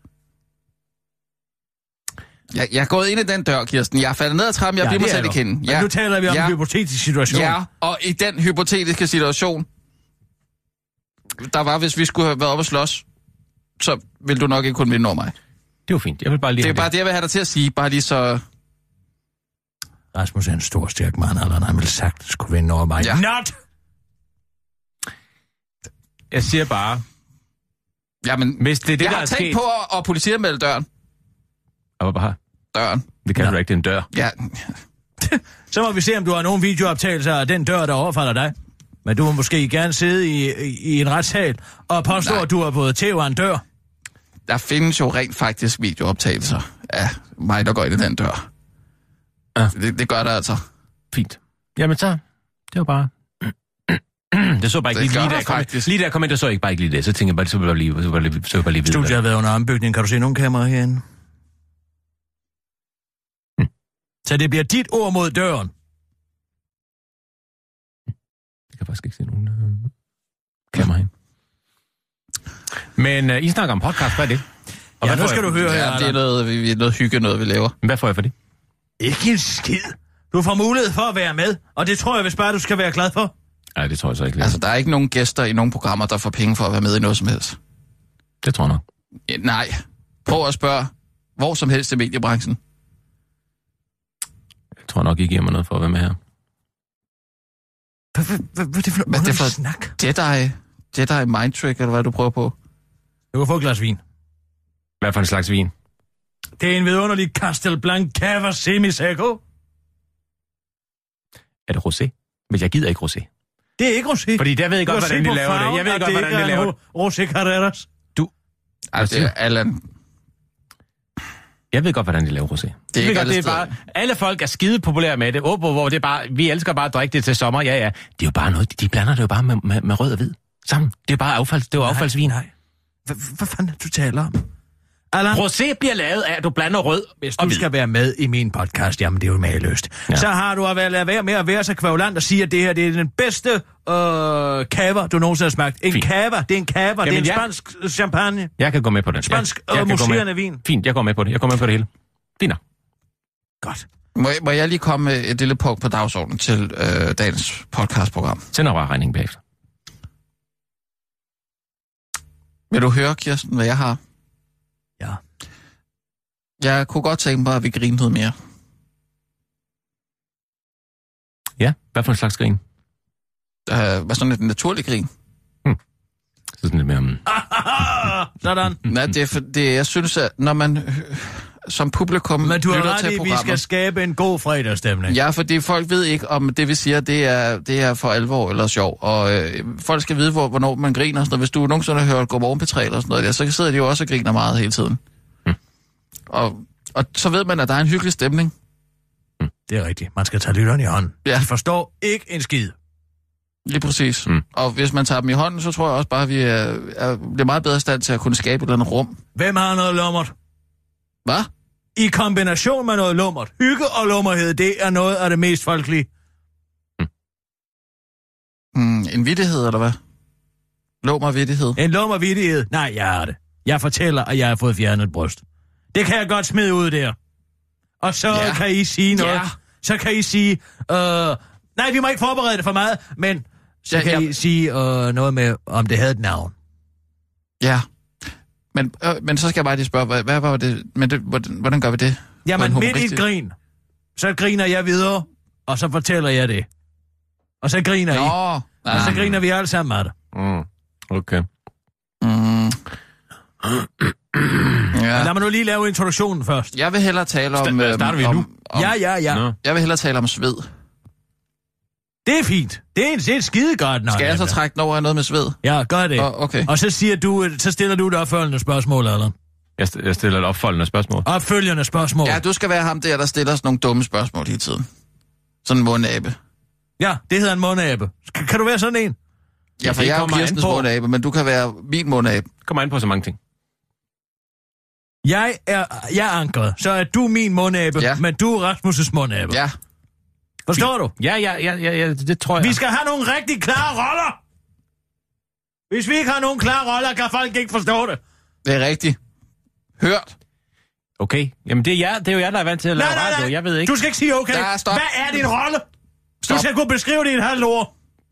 Jeg er gået ind i den dør, Kirsten. Jeg er faldet ned ad trappen, jeg bliver mig selv i kinden.
Men nu taler vi om en hypotetisk situation.
Ja, og i den hypotetiske situation, der var, hvis vi skulle have været oppe og slås, så ville du nok ikke kunne vinde over mig.
Det var fint. Jeg vil bare lige
det er bare det, jeg vil have dig til at sige. Bare lige så...
Rasmus er en stor, stærk mand, eller han ville sagtens kunne vinde over mig.
Ja.
Not!
Jeg siger bare...
Jamen,
hvis det er det,
jeg
der
har
er
tænkt
sket...
på at politianmelde døren.
Og bare...
Døren.
Det kan du ikke, det er en dør.
Ja.
Så må vi se, om du har nogle videooptagelser af den dør, der overfalder dig. Men du må måske gerne sidde i en retssal og påstå, at du har både tæv en dør.
Der findes jo rent faktisk videooptagelser af mig, der går ind i den dør. Ja. Det gør der altså.
Fint. Jamen så, det var bare... Det så bare ikke lige da jeg kom ind, der så jeg ikke bare ikke lige det. Så tænkte jeg bare, så var lige videre.
Studiet har været under ombygning. Kan du se nogle kameraer herinde? Så det bliver dit ord mod døren.
Jeg kan faktisk ikke se nogen kameraer herinde. Men I snakker om podcast, hvad er det?
Og nu skal du høre her.
Ja, det er noget hygge, noget vi laver.
Hvad får jeg for det?
Ikke en skid. Du får mulighed for at være med, og det tror jeg, hvis bare du skal være glad for.
Nej, det tror jeg så ikke.
Altså, der er ikke nogen gæster i nogen programmer, der får penge for at være med i noget som helst.
Det tror jeg nok.
Nej. Prøv at spørge hvor som helst i mediebranchen.
Jeg tror nok, I giver mig noget for at være med her.
Hvad er det for snak?
Jedi mind trick, eller hvad du prøver på?
Du kan få et glas vin.
Hvad for en slags vin?
Det er en vidunderlig Castelblanc Cava Semi-Seco.
Er det rosé? Men jeg gider ikke rosé.
Det er ikke rosé.
Fordi der ved jeg godt, hvordan de laver det. Jeg ved godt, hvordan de laver det.
Rosé Carreras.
Du...
Altså, det er Allan...
Jeg ved godt, hvordan de laver rosé.
Det er ikke
godt, det er bare, alle folk er skide populære med det. Hvor det er bare, vi elsker bare at drikke det til sommer. Ja. Det er jo bare noget, de blander det jo bare med rød og hvid sammen. Det er bare affaldsvin.
Nej. Hvad fanden du taler om? Allan,
rosé bliver lavet af, at du blander rød
hvis du skal være med i min podcast, jamen det er jo mageløst. Ja. Så har du at være med at være så kvævlant og sige, at det her det er den bedste cava, du nogensinde har smagt. En cava, det er en cava, det er en spansk champagne.
Jeg kan gå med på den.
Spansk mousserende vin.
Fint, jeg går med på det. Jeg går med på det hele. Fint.
Godt.
Må jeg lige komme med et lille punkt på dagsordenen til dagens podcastprogram?
Send bare regningen bagefter.
Vil du høre, Kirsten, hvad jeg har?
Ja.
Jeg kunne godt tænke mig, at vi grinede noget mere.
Ja, hvad for en slags grin?
Hvad sådan et naturligt grin?
Så sådan lidt mere...
Sådan.
Nej, det jeg synes, at når man som publikum
men du har
lytter
ret
til
i,
programmet...
vi skal skabe en god fredagsstemning.
Ja, fordi folk ved ikke, om det vi siger, det er for alvor eller sjov. Og folk skal vide, hvornår man griner. Sådan, hvis du nogensinde har hørt Godmorgen P3 eller sådan noget der, så sidder de jo også og griner meget hele tiden. Og så ved man, at der er en hyggelig stemning.
Det er rigtigt. Man skal tage lytterne i hånden.
Ja.
De forstår ikke en skid.
Lige præcis. Og hvis man tager dem i hånden, så tror jeg også bare, at vi bliver meget bedre i stand til at kunne skabe et eller andet rum.
Hvem har noget lummert?
Hvad?
I kombination med noget lummert. Hygge og lummerhed, det er noget af det mest folkelige.
En vittighed, eller hvad? Lov mig vittighed.
En lov mig vittighed? Nej, jeg har det. Jeg fortæller, at jeg har fået fjernet et bryst. Det kan jeg godt smide ud der. Og så kan I sige noget. Ja. Så kan I sige... nej, vi må ikke forberede det for meget, men så kan I sige noget med, om det havde et navn.
Ja. Men så skal jeg bare lige spørge, hvad var det? Men hvordan gør vi det?
Jamen, midt i et grin, så griner jeg videre, og så fortæller jeg det. Og så griner I. Og så griner vi alle sammen af det.
Okay.
Ja. Lad mig nu lige lave introduktionen først.
Jeg vil hellere tale om...
Starter vi nu?
Ja.
Nå.
Jeg vil hellere tale om sved.
Det er fint. Det er et skidegodt navn.
Skal jeg så trække den over af noget med sved?
Ja, gør det.
Okay.
Og så stiller du det opfølgende spørgsmål, eller?
Jeg stiller et opfølgende spørgsmål.
Opfølgende spørgsmål.
Ja, du skal være ham der stiller sådan nogle dumme spørgsmål hele tiden. Sådan en mundabe.
Ja, det hedder en mundabe. Kan du være sådan en?
Ja, for jeg er jo Kirstens mundabe, men du kan være min mundabe.
Kommer ind på så mange ting.
Jeg er ankret, så er du min mundabe, men du er Rasmus' mundabe.
Ja.
Forstår du?
Ja, det tror jeg.
Vi skal have nogle rigtig klare roller. Hvis vi ikke har nogle klare roller, kan folk ikke forstå det.
Det er rigtigt. Hørt.
Okay. Jamen, det er jo jeg, der er vant til at lave radio. Jeg ved ikke.
Du skal ikke sige okay.
Ja, stop.
Hvad er din rolle?
Stop.
Du skal kunne beskrive det i et halvt ord.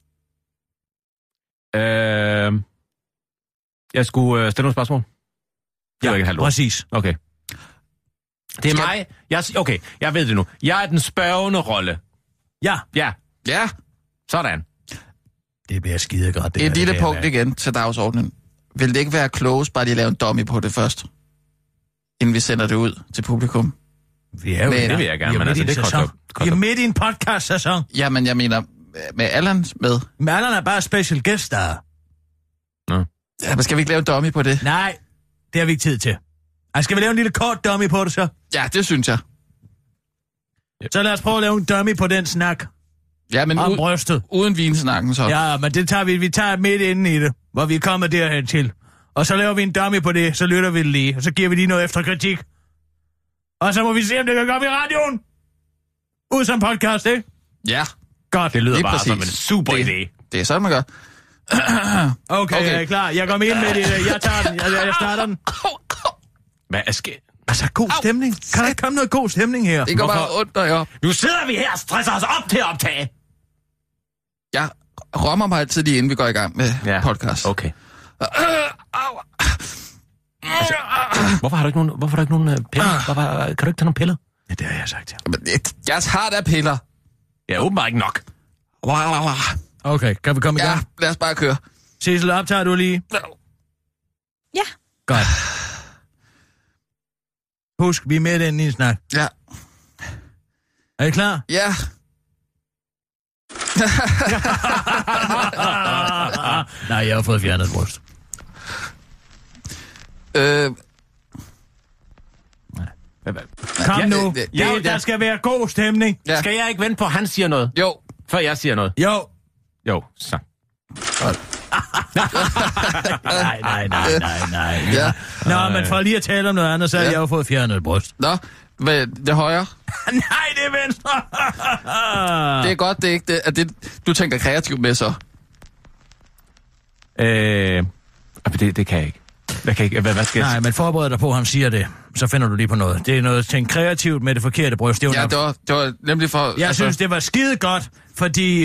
Jeg skulle stille nogle spørgsmål.
Ja, præcis.
Okay. Det er mig. Jeg ved det nu. Jeg er den spørgende rolle.
Ja.
Sådan.
Det bliver skidegodt.
Et lille punkt igen til dagsordenen. Vil det ikke være klogest bare lige lave en dummy på det først? Inden vi sender det ud til publikum?
Det vil jeg gerne, men altså det koster.
Vi er midt i en podcast-sæson.
Jamen, jeg mener, med Allan med.
Men Allan er bare special guest star.
Nå.
Ja, men skal vi ikke lave en dummy på det?
Nej, det har vi ikke tid til. Skal vi lave en lille kort dummy på det så?
Ja, det synes jeg.
Så lad os prøve at lave en dummy på den snak.
Ja, men
om brystet.
Uden vinsnakken så.
Ja, men det tager vi tager midt inde i det, hvor vi er kommet derhen til. Og så laver vi en dummy på det, så lytter vi det lige, og så giver vi lige noget efter kritik. Og så må vi se, om det kan komme i radioen. Ud som podcast, ikke?
Ja.
Godt.
Det lyder bare som en super idé.
Det er sådan, man gør.
Okay, jeg er klar. Jeg går med ind med det. Jeg tager den. Jeg starter den.
Hvad er sket?
Altså, god stemning. Kan der ikke komme noget god stemning her?
Det går bare ondt op.
Nu sidder vi her og stresser os op til at optage.
Jeg rømmer mig altid lige inden vi går i gang med podcast.
Okay. Altså, hvorfor har du ikke nogen piller? Kan du ikke tage nogle piller?
Ja, det har jeg sagt, ja.
Jeg tager da piller.
Ja, åbenbart ikke nok.
Okay, kan vi komme i gang?
Ja, lad os bare køre.
Sissel, optager du lige?
Ja.
Godt. Husk, vi er med den i en snak.
Ja.
Er I klar?
Ja.
Nej, jeg har fået fjernet bryst. Kom nu. Der skal være god stemning.
Ja. Skal jeg ikke vente på, at han siger noget?
Jo.
Før jeg siger noget?
Jo,
så.
Nej. Ja. Nå, men for lige at tale om noget andet, så har jeg jo fået fjernet et bryst.
Nå, det højre?
Nej, det er venstre.
Det er godt, det er ikke det. Du tænker kreativt med så?
Det kan jeg ikke. Hvad skal jeg
Nej, men forbered dig på, at han siger det. Så finder du lige på noget. Det er noget tænkt kreativt med det forkerte bryst. Det
var nemlig for...
Jeg synes, det var skide godt, fordi...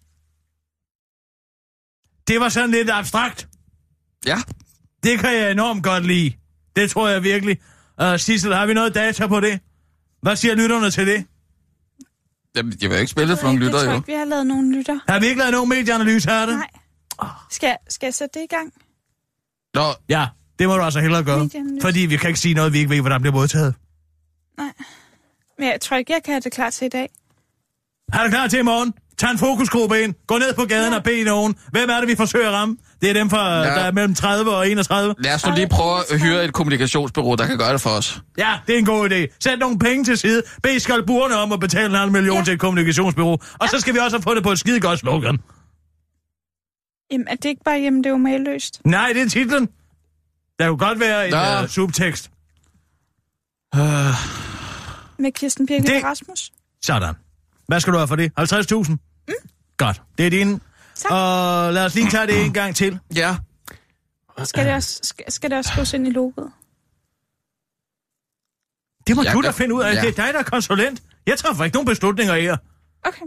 det var sådan lidt abstrakt.
Ja.
Det kan jeg enormt godt lide. Det tror jeg virkelig. Sissel, har vi noget data på det? Hvad siger lytterne til det?
Jamen, jeg vil ikke spille for nogle lytter, jo. Jeg tror
ikke, vi har lavet nogen lytter.
Har vi ikke lavet nogen medieanalyse her, det?
Nej. Skal jeg sætte det i gang?
Nå.
Ja, det må du altså hellere gøre. Fordi vi kan ikke sige noget, vi ikke ved, hvordan det bliver modtaget.
Nej. Men jeg tror ikke, jeg kan have det klar til i dag.
Har det klar til i morgen? Tag en fokusgruppe ind. Gå ned på gaden og bed nogen. Hvem er det, vi forsøger at ramme? Det er dem, der er mellem 30 og 31.
Lad os nu lige prøve at hyre et kommunikationsbureau, der kan gøre det for os.
Ja, det er en god idé. Sæt nogle penge til side. Bed skalburerne om at betale 1,5 million til et kommunikationsbureau. Og så skal vi også have fundet på et skide godt slogan.
Jamen, er det ikke bare hjemme, det er jo mailløst?
Nej, det er titlen. Der kunne godt være en subtekst.
Med Kirsten Birgit og Rasmus.
Sådan. Hvad skal du have for det? 50.000? Godt. Det er din. Og lad os lige tage det en gang til.
Ja.
Skal det også skrives ind i logoet?
Det må du da finde ud af. Ja. Det er dig, der er konsulent. Jeg træffer ikke nogen beslutninger i jer.
Okay.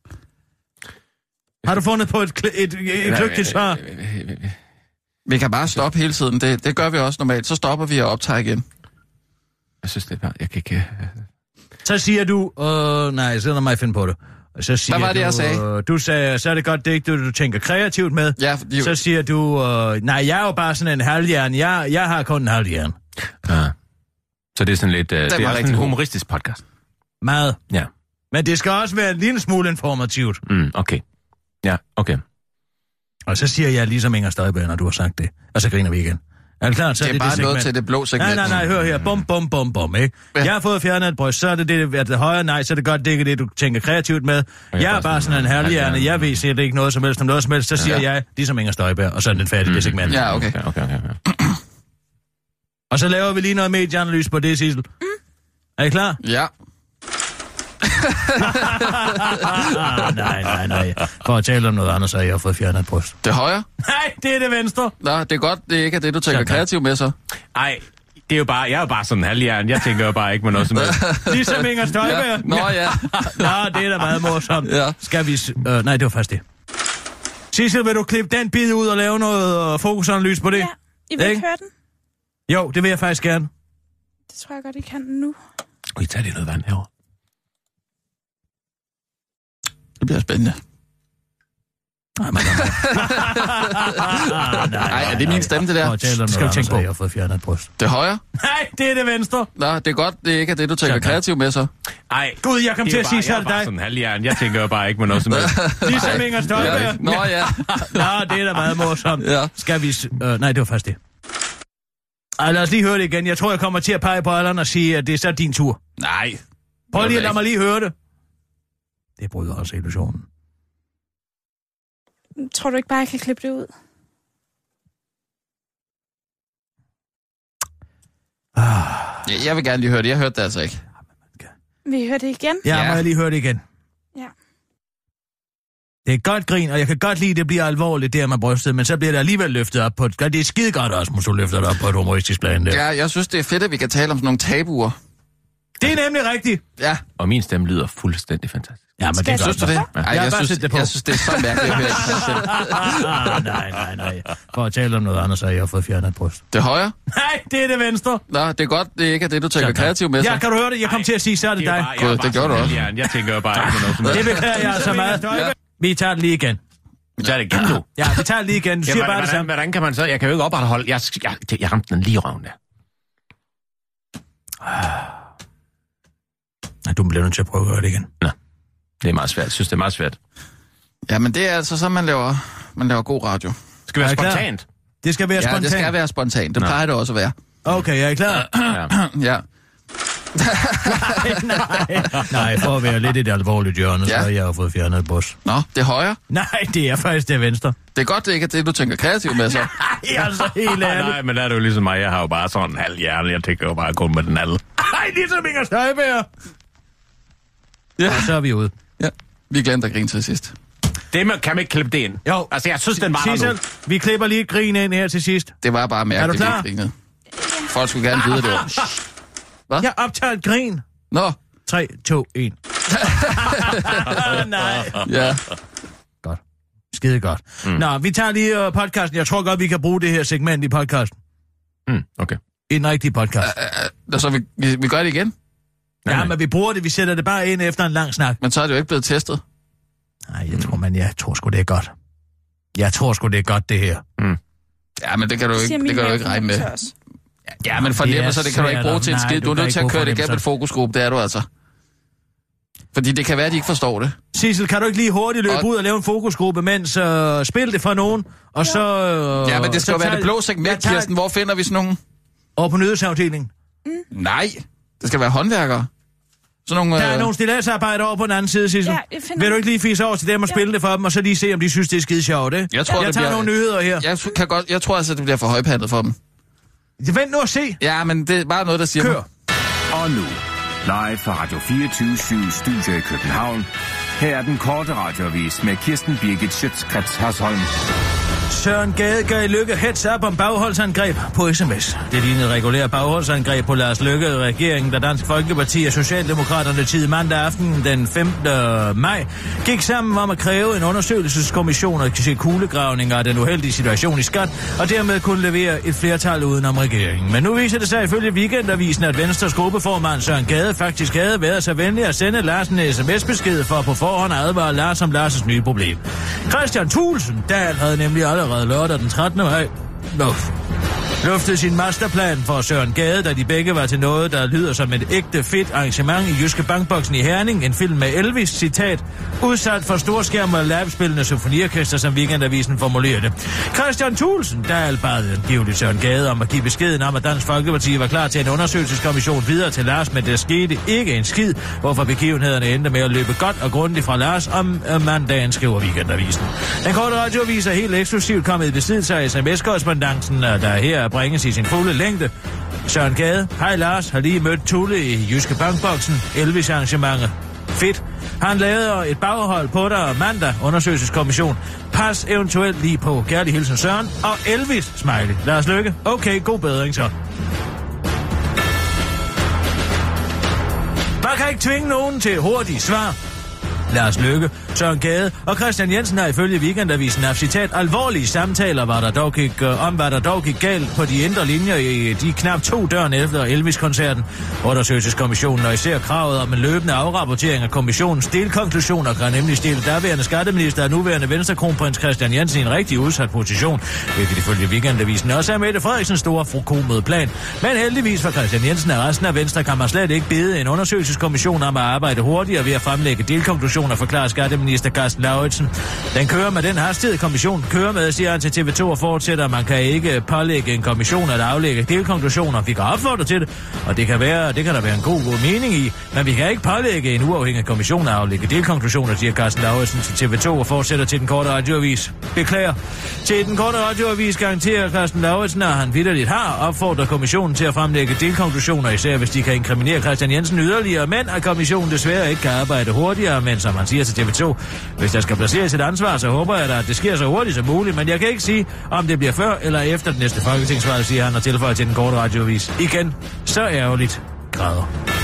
Har du fundet på et kløgtigt svar?
Vi kan bare stoppe hele tiden. Det gør vi også normalt. Så stopper vi og optager igen.
Jeg synes, det er bare... Jeg kan ikke...
Så siger du... nej, så lad mig finde på det. Så siger
hvad var det, jeg sagde?
Du sagde, så er det godt, det ikke du tænker kreativt med.
Ja,
så siger du... nej, jeg er jo bare sådan en halvhjern. Jeg har kun en halvhjern.
Ja. Så det er sådan lidt... det er også en humoristisk podcast.
Meget.
Ja.
Men det skal også være en lille smule informativt.
Okay. Ja, okay.
Og så siger jeg ligesom Inger Støjberg, når du har sagt det. Og så griner vi igen. Er det klart? Så
det er bare noget til det blå segment.
Nej, hør her. Bum, bum, bum, bum, ikke? Ja. Jeg har fået fjernet et bryst, så er det højre, nej, så er det godt, det ikke det, du tænker kreativt med. Jeg er bare sådan en herlighjerne, jeg ved sikkert ikke noget som helst om noget som helst, så siger jeg, ligesom Inger Støjberg, og så er den færdig, det segment.
Ja, okay.
Og så laver vi lige noget medieanalyse på det, Sissel. Er I klar?
Ja.
Nej. For at tale om noget andet, så har jeg fået fjernet et bryst.
Det højre?
Nej, det er det venstre.
Nå, det er godt, det ikke er det, du tænker kreativt med så.
Nej, det er jo bare, jeg er jo bare sådan en halvhjern. Jeg tænker jo bare ikke med noget som helst.
Ligesom Inger Støjberg.
Ja. Nå, ja.
Nå, det er da meget morsomt.
Ja.
Skal vi... nej, det var faktisk det. Sissel, vil du klippe den bid ud og lave noget fokusanalyse på det?
Ja, I vil ikke høre den?
Jo, det vil jeg faktisk gerne.
Det tror jeg godt, I kan nu.
I tager lige noget vand herovre.
Det bliver spændende. Nej, er det min stemme, det der?
Det skal du tænke på. Jeg har fået fjernet et bryst.
Det højre?
Nej, det er det venstre.
Nå, det er godt, det ikke er det, du tænker kreativt med så.
Nej.
Gud, jeg kom til at sige, så er det dig.
Jeg er bare sådan en halvhjern. Jeg tænker jo bare ikke med noget som helst.
Ligesom Inger Støjberg.
Nå, ja.
Nå, det er da meget morsomt.
Ja.
Skal vi... nej, det var faktisk det. Ej, lad os lige høre det igen. Jeg tror, jeg kommer til at pege på alderen og sige, at det er så din tur.
Nej.
Prøv lige at lade mig lige høre det. Det bryder også illusionen.
Tror du ikke bare, jeg kan klippe det ud?
Jeg vil gerne lige høre det. Jeg hørte det altså ikke.
Vil I høre det igen?
Ja, må jeg lige høre det igen?
Ja.
Det er godt grin, og jeg kan godt lide, at det bliver alvorligt der med brystet, men så bliver det alligevel løftet op på et... Det er skide godt også, hvis du løfter det op på et humoristisk plan der.
Ja, jeg synes, det er fedt, at vi kan tale om sådan nogle tabuer.
Det er nemlig rigtigt.
Ja.
Og min stemme lyder fuldstændig fantastisk.
Ja, men det er
synes du det?
Ja.
Ej, jeg synes, det er så mærkeligt at høre.
Nej. For at tale om noget andet, så har jeg fået fjernet et bryst.
Det højre?
Nej, det er det venstre.
Nå, det er godt, det ikke er det, du tænker kreativt med så.
Ja, kan du høre det? Jeg kom til at sige, så er det dig.
God, det gjorde du også.
Jeg tænker jo bare ikke med noget som helst.
Det beklager jeg altså meget. Ja. Vi tager det lige igen.
Vi tager det igen nu.
Ja, vi tager det lige igen. Du siger bare det samme.
Hvordan kan man så... Jeg kan jo ikke opretholde... Jeg ramte den lige røven der.
Nej, du bliver nødt til at prøve at gøre det igen.
Nå, det er meget svært. Jeg synes, det er meget svært.
Ja, men det er altså så, man laver god radio.
Det skal være spontant.
Det skal være spontant.
Ja, det skal være spontant. Det plejer det også at være.
Okay, jeg er klar.
Ja.
Nej, for at være lidt et alvorligt hjørne, så har jeg fået fjernet et bus.
Nå, det er højre?
Nej, det er faktisk det venstre.
Det er godt, det ikke er det, du tænker kreativt med så.
Nej, altså helt ærligt.
Nej, men der er det jo ligesom mig. Jeg har jo bare sådan en halv hjerne. Jeg tænker jo bare kun med den alle.
Nej, ligesom Inger Støjberg. Ja. Og så er vi ude.
Ja, vi glemte at grine til sidst.
Kan man ikke klippe det ind?
Jo.
Altså, jeg synes, den var der nu.
Vi klipper lige et grin ind her til sidst.
Det var bare mærkeligt, at vi grinede. Folk skulle gerne vide det.
Hvad? Jeg optager et grin.
Nå.
3, 2, 1. Nej.
Ja.
Godt. Skide godt. Nå, vi tager lige podcasten. Jeg tror godt, vi kan bruge det her segment i podcasten.
Okay.
En rigtig podcast.
Så vi gør det igen?
Ja, men vi bruger det. Vi sætter det bare ind efter en lang snak.
Men så er det jo ikke blevet testet.
Nej, jeg tror sgu, det er godt. Jeg tror sgu, det er godt, det her.
Ja, men det kan du ikke regne med. Ja, men fornemmer så, det kan du ikke bruge til en skid. Du er nødt til at køre det igennem et fokusgruppe, det er du altså. Fordi det kan være, at de ikke forstår det.
Sissel, kan du ikke lige hurtigt løbe ud og lave en fokusgruppe, mens spil det for nogen, og så...
ja, men det skal jo være det blå segment, Kirsten. Hvor finder vi sådan nogen?
Over på nyhedsafdelingen.
Nej, det skal være håndværkere. Der
er nogle stilladsarbejdere over på den anden side, Sissel. Ja, vil du ikke lige fise over til dem og spille det for dem, og så lige se, om de synes, det er skide sjovt, ikke?
Jeg
tager nogle nyheder her.
Jeg tror altså, det bliver for højpandet for dem.
Vent nu og se.
Ja, men det er bare noget, der siger...
Kør.
Og nu, live fra Radio 24/7 Studio i København. Her er den korte radioavis med Kirsten Birgit Schøtz-Krets Hasholm.
Søren Gade gav Løkke heads up om bagholdsangreb på sms. Det lignede regulært bagholdsangreb på Lars Løkke, regeringen, da Dansk Folkeparti og Socialdemokraterne tid mandag aften den 5. maj gik sammen om at kræve en undersøgelseskommission og til kuglegravning af den uheldige situation i Skat, og dermed kunne levere et flertal udenom regeringen. Men nu viser det sig ifølge Weekendavisen, at Venstres gruppeformand Søren Gade faktisk havde været så venlig at sende Larsen en sms-besked for på forhånd at advare Lars om Lars' nye problem. Christian Thulesen Dahl havde nemlig allerede lørdag den 13. maj luftede sin masterplan for Søren Gade, da de begge var til noget, der lyder som et ægte fedt arrangement i Jyske Bankboksen i Herning. En film med Elvis, citat, udsat for storskærm og live-spillende symfoniorkester, som Weekendavisen formulerede det. Christian Thulesen Dahl bad angiveligt Søren Gade om at give beskeden om, at Dansk Folkeparti var klar til en undersøgelseskommission videre til Lars, men der skete ikke en skid, hvorfor begivenhederne endte med at løbe godt og grundigt fra Lars om mandagen, skriver Weekendavisen. Den korte radioavis er helt eksklusivt kommet i besiddelse af sms-korrespondancen, der her bringes i sin fulde længde. Søren Gade, hej Lars, har lige mødt Tulle i Jyske Bankboksen, Elvis arrangementet. Fedt. Han lavede et baghold på dig mandag, undersøgelseskommission. Pas eventuelt lige på. Kærlig hilsen Søren og Elvis, smiley. Lars Løkke. Okay, god bedring så. Man kan ikke tvinge nogen til hurtige svar. Lars Løkke, Søren Gade og Christian Jensen har ifølge Weekendavisen haft citat alvorlige samtaler, hvad der dog gik galt på de indre linjer i de knap 2 døgn efter Elvis-koncerten. Undersøgelseskommissionen og især kravet om en løbende afrapportering af kommissionens delkonklusioner kan nemlig stille daværende skatteminister og nuværende Venstre-kronprins Christian Jensen i en rigtig udsat position, hvilket ifølge Weekendavisen også er Mette Frederiksens store frukomede plan. Men heldigvis for Christian Jensen og resten af Venstre kan man slet ikke bede en undersøgelseskommission om at arbejde hurtigere ved at fremlægge delkonklusioner, forklarer skatteminister Carsten Lauritsen. Den kører med den hastighed, kommissionen kører med, siger han til TV2 og fortsætter. Man kan ikke pålægge en kommission at aflægge delkonklusioner. Vi kan opfordre til det, og det kan der være en god mening i, men vi kan ikke pålægge en uafhængig kommission at aflægge delkonklusioner, siger Carsten Lauritsen til TV2 og fortsætter til den korte radioavis. Beklager. Til den korte radioavis garanterer Carsten Lauritsen, at han vitterligt har opfordret kommissionen til at fremlægge delkonklusioner, især hvis de kan inkriminere Christian Jensen yderligere, men at kommissionen desværre ikke kan arbejde hurtigere, men som han siger til TV2, hvis der skal placeres et ansvar, så håber jeg da, at det sker så hurtigt som muligt, men jeg kan ikke sige, om det bliver før eller efter den næste folketingsvalg, siger han og tilføjer til den korte radioavis. Igen, så ærgerligt. Græder.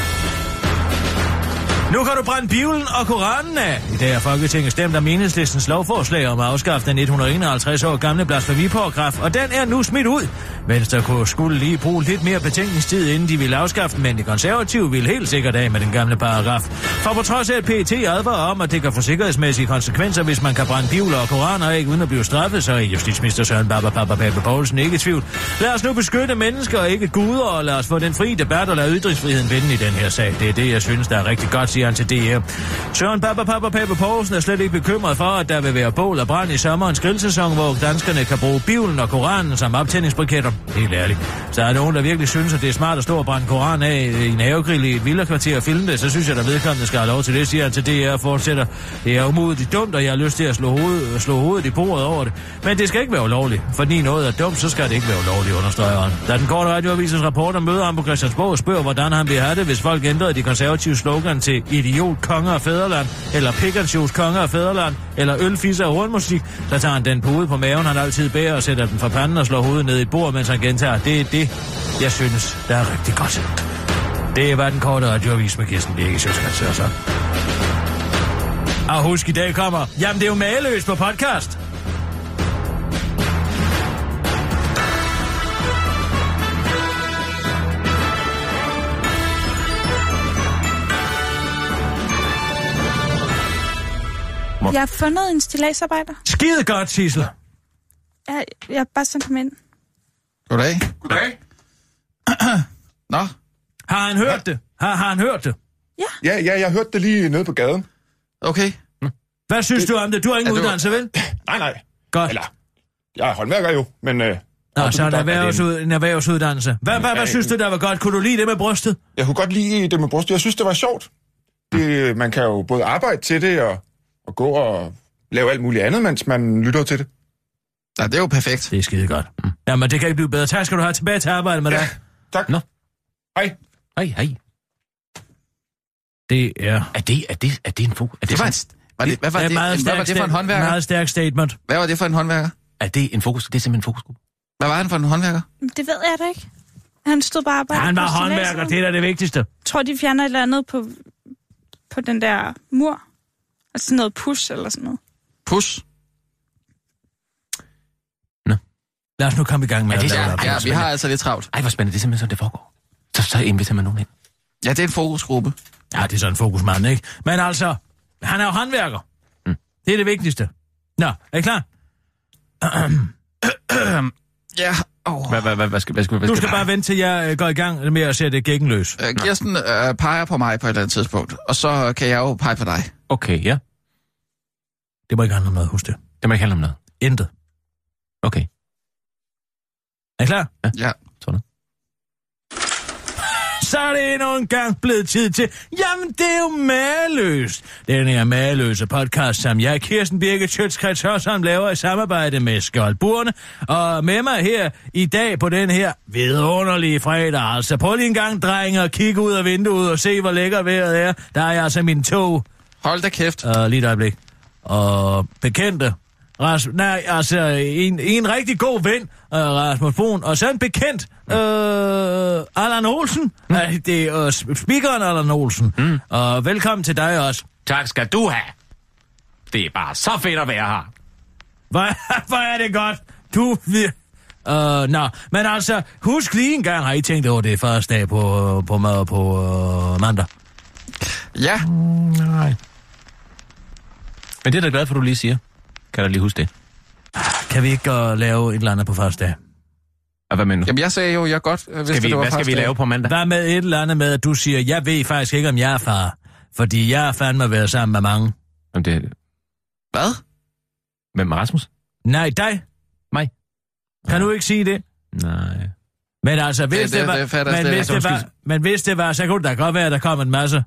Nu kan du brænde Bibelen og Koranen af. I dag har Folketinget stemt om Enhedslistens lovforslag om at afskaffe den 151 år gamle blasfemiparagraf, og den er nu smidt ud. Venstre skulle lige bruge lidt mere betænkningstid, inden de ville afskaffe den, men de konservative ville helt sikkert af med den gamle paragraf. For på trods af, at PET advarer om, at det kan få sikkerhedsmæssige konsekvenser, hvis man kan brænde bibler og koraner af uden at blive straffet, så er justitsminister Søren Pape Poulsen ikke i tvivl. Lad os nu beskytte mennesker og ikke guder, og lad os få den frie debat og lade ytringsfriheden vinde i den her sag. Det er det, jeg synes, der er rigtig godt, siger han til DR. Søren Pape Poulsen er slet ikke bekymret for, at der vil være bål og brand i sommerens grillsæson, hvor danskerne kan bruge Bibelen og Koranen som optændingsbriketter. Helt ærligt. Så er der nogen, der virkelig synes, at det er smart at stå og brænde Koran af i en havegrill i et villakvarter og filme det, så synes jeg, at vedkommende skal have lov til det, siger han til DR og fortsætter. Det er umodigt dumt, og jeg har lyst til at slå hovedet i bordet over det. Men det skal ikke være ulovligt. Fordi noget er dumt, så skal det ikke være ulovligt, understreger han. Da den korte radioavisens rapporter møder ham på Christiansborg og spørger, hvordan han vil have det, hvis folk ændrede de konservative slogan til idiot, konge og fædreland, eller Pikachu's konge og fædreland, eller ølfisse og hornmusik, så tager han den pude på maven, han altid bærer og sætter den fra panden og slår hovedet ned i et bord, mens han gentager, det er det, jeg synes, der er rigtig godt. Det var den korte radioavis med Kirsten Birgit Schøtz-Krets. Og husk, i dag kommer, jamen det er jo mageløst på podcast.
Jeg har fundet en stilladsarbejder.
Skide godt, Sissel.
Jeg bare sendt ham ind.
Goddag.
Goddag.
Nå.
Har han hørt det? Har han hørt det?
Ja.
Ja, jeg hørte det lige nede på gaden.
Okay.
Hvad synes du om det? Du har ingen uddannelse, vel?
Nej.
Godt.
Eller, jeg er håndværker jo, men...
Nå, så en erhvervsuddannelse. Hvad synes du, der var godt? Kunne du lide det med brystet?
Jeg kunne godt lide det med brystet. Jeg synes, det var sjovt. Man kan jo både arbejde til det og gå og lave alt muligt andet, mens man lytter til det.
Ja, det er jo perfekt.
Det er skide godt. Jamen, det kan ikke blive bedre. Tak skal du have tilbage til arbejde med dig.
Tak.
Nå.
Hej.
Hej.
Det er...
Er det en fog?
Hvad var det for en håndværker?
Meget stærk statement.
Hvad var det for en håndværker?
Er det en fokus? Det er simpelthen en fokusgruppe.
Hvad var han for en håndværker?
Det ved jeg da ikke. Han stod bare og
han var håndværker, det er da det vigtigste.
Jeg tror, de fjerner et eller andet på den der mur. Altså noget pus eller sådan noget.
Pus?
Nå.
Lad os nu komme i gang med
det. Ja, vi har altså lidt travlt.
Ej, hvor spændende. Det er simpelthen sådan, det foregår. Så inviterer man nogen ind.
Ja, det er en fokusgruppe.
Ja, det er sådan en fokusmand, ikke? Men altså, han er jo håndværker. Det er det vigtigste. Nå, er I klar?
Ja.
Hvad skal
du skal bare vente til jeg går i gang med at sætte gækken løs.
Kirsten peger på mig på et eller andet tidspunkt, og så kan jeg jo pege på dig.
Okay, ja.
Det må ikke handle om noget, husk det.
Det må ikke handle om noget?
Intet.
Okay.
Er I klar?
Ja.
Sådan.
Så er det endnu en gang blevet tid til, jamen det er jo Mageløst. Den her Mageløse podcast, som jeg, Kirsten Birgit Schøtz-Krets Hørsholm, laver i samarbejde med Skjoldburene. Og med mig her i dag på den her vidunderlige fredag. Altså prøv lige en gang, drenge, og kigge ud af vinduet og se, hvor lækker vejret er. Der er jeg altså min tog.
Hold da kæft.
Lige et øjeblik. Og bekendte. En rigtig god ven, Rasmus Brun, og så en bekendt, Allan Olsen. Det er speakeren Allan Olsen. Og velkommen til dig også.
Tak skal du have. Det er bare så fedt at være her.
Hvor er det godt. Men altså, husk lige en gang, har I tænkt over det første dag på mandag?
Ja.
Nej. Men det er da glad for, du lige siger. Kan du lige huske det?
Kan vi ikke lave et eller andet på første dag?
Og hvad mener du?
Jamen, jeg sagde jo, jeg godt vidste,
hvad skal vi lave på mandag?
Hvad med et eller andet med, at du siger, jeg ved faktisk ikke, om jeg er far. Fordi jeg er fandme været sammen med mange.
Jamen det...
Hvad?
Hvem er Rasmus?
Nej, dig.
Mig?
Kan du ikke sige det?
Nej.
Men altså, hvis det var, så kunne det da godt være, at der kom en masse...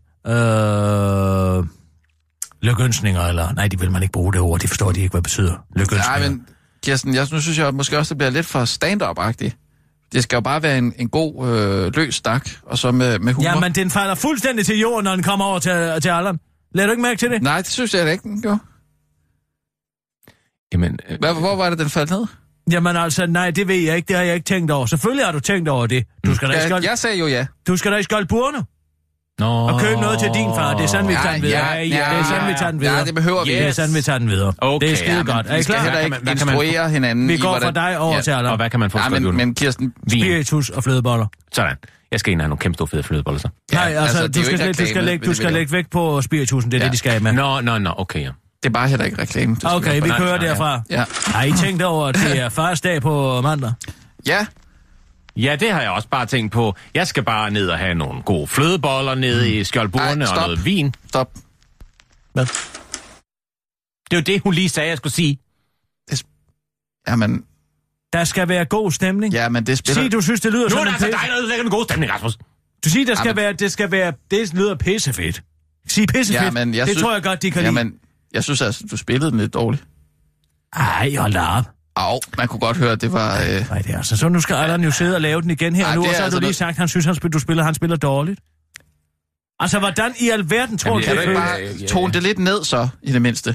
lykønsninger, eller... Nej, de vil man ikke bruge det ord. De forstår de ikke, hvad det betyder. Lykønsninger.
Nej, men Kirsten, nu synes jeg måske også, det bliver lidt for stand-up-agtigt. Det skal jo bare være en god løs snak, og så med humor.
Jamen, den falder fuldstændig til jorden, når den kommer over til Allan. Lad du ikke mærke til det?
Nej, det synes jeg da ikke, den gjorde.
Jamen...
Hvor var det, den faldt ned?
Jamen altså, nej, det ved jeg ikke. Det har jeg ikke tænkt over. Selvfølgelig har du tænkt over det. Du skal
jeg sagde jo ja.
Du skal da i Skjoldburene. Og købe noget til din far. Det er sådan, vi tager den videre.
Ja, det er sådan, vi tager den videre. Ja, det behøver vi.
Det er sådan, vi tager den videre.
Okay,
det er skide godt. Er I klar?
Vi skal heller ikke instruere hinanden.
Vi går fra dig over til Allan.
Og hvad kan man få Skjoldburene?
Men Kirsten...
Spiritus og flødeboller.
Sådan. Jeg skal ind og have nogle kæmpe store fede flødeboller, så.
Nej, altså, du skal lægge væk på spiritusen. Det er det, de skal have med.
Nå, okay, ja.
Det er bare heller ikke reklame.
Okay, vi kører derfra.
Ja.
Har I tænkt over, at det er første dag på mandag?
Ja.
Ja, det har jeg også bare tænkt på. Jeg skal bare ned og have nogle gode flødeboller nede i Skjoldburene og noget vin.
Stop.
Hvad? Det er jo det, hun lige sagde, jeg skulle sige.
Jamen...
Der skal være god stemning.
Ja, men det spiller...
Sig, du synes, det lyder
sådan en pisse. Nu er der altså dig, der god stemning, Rasmus.
Du siger, det lyder pissefedt. Sig pissefedt. Ja, men det tror jeg godt, de kan lide.
Men jeg synes altså, du spillede den lidt dårligt.
Ej, hold da op.
Man kunne godt høre, at det var...
Nej, det er altså. Så nu skal Allan jo sidde og lave den igen her nu, og så har du lige sagt, han synes, han spiller dårligt. Altså, hvordan i alverden tror du,
kan du ikke bare tone det lidt ned, så, i det mindste?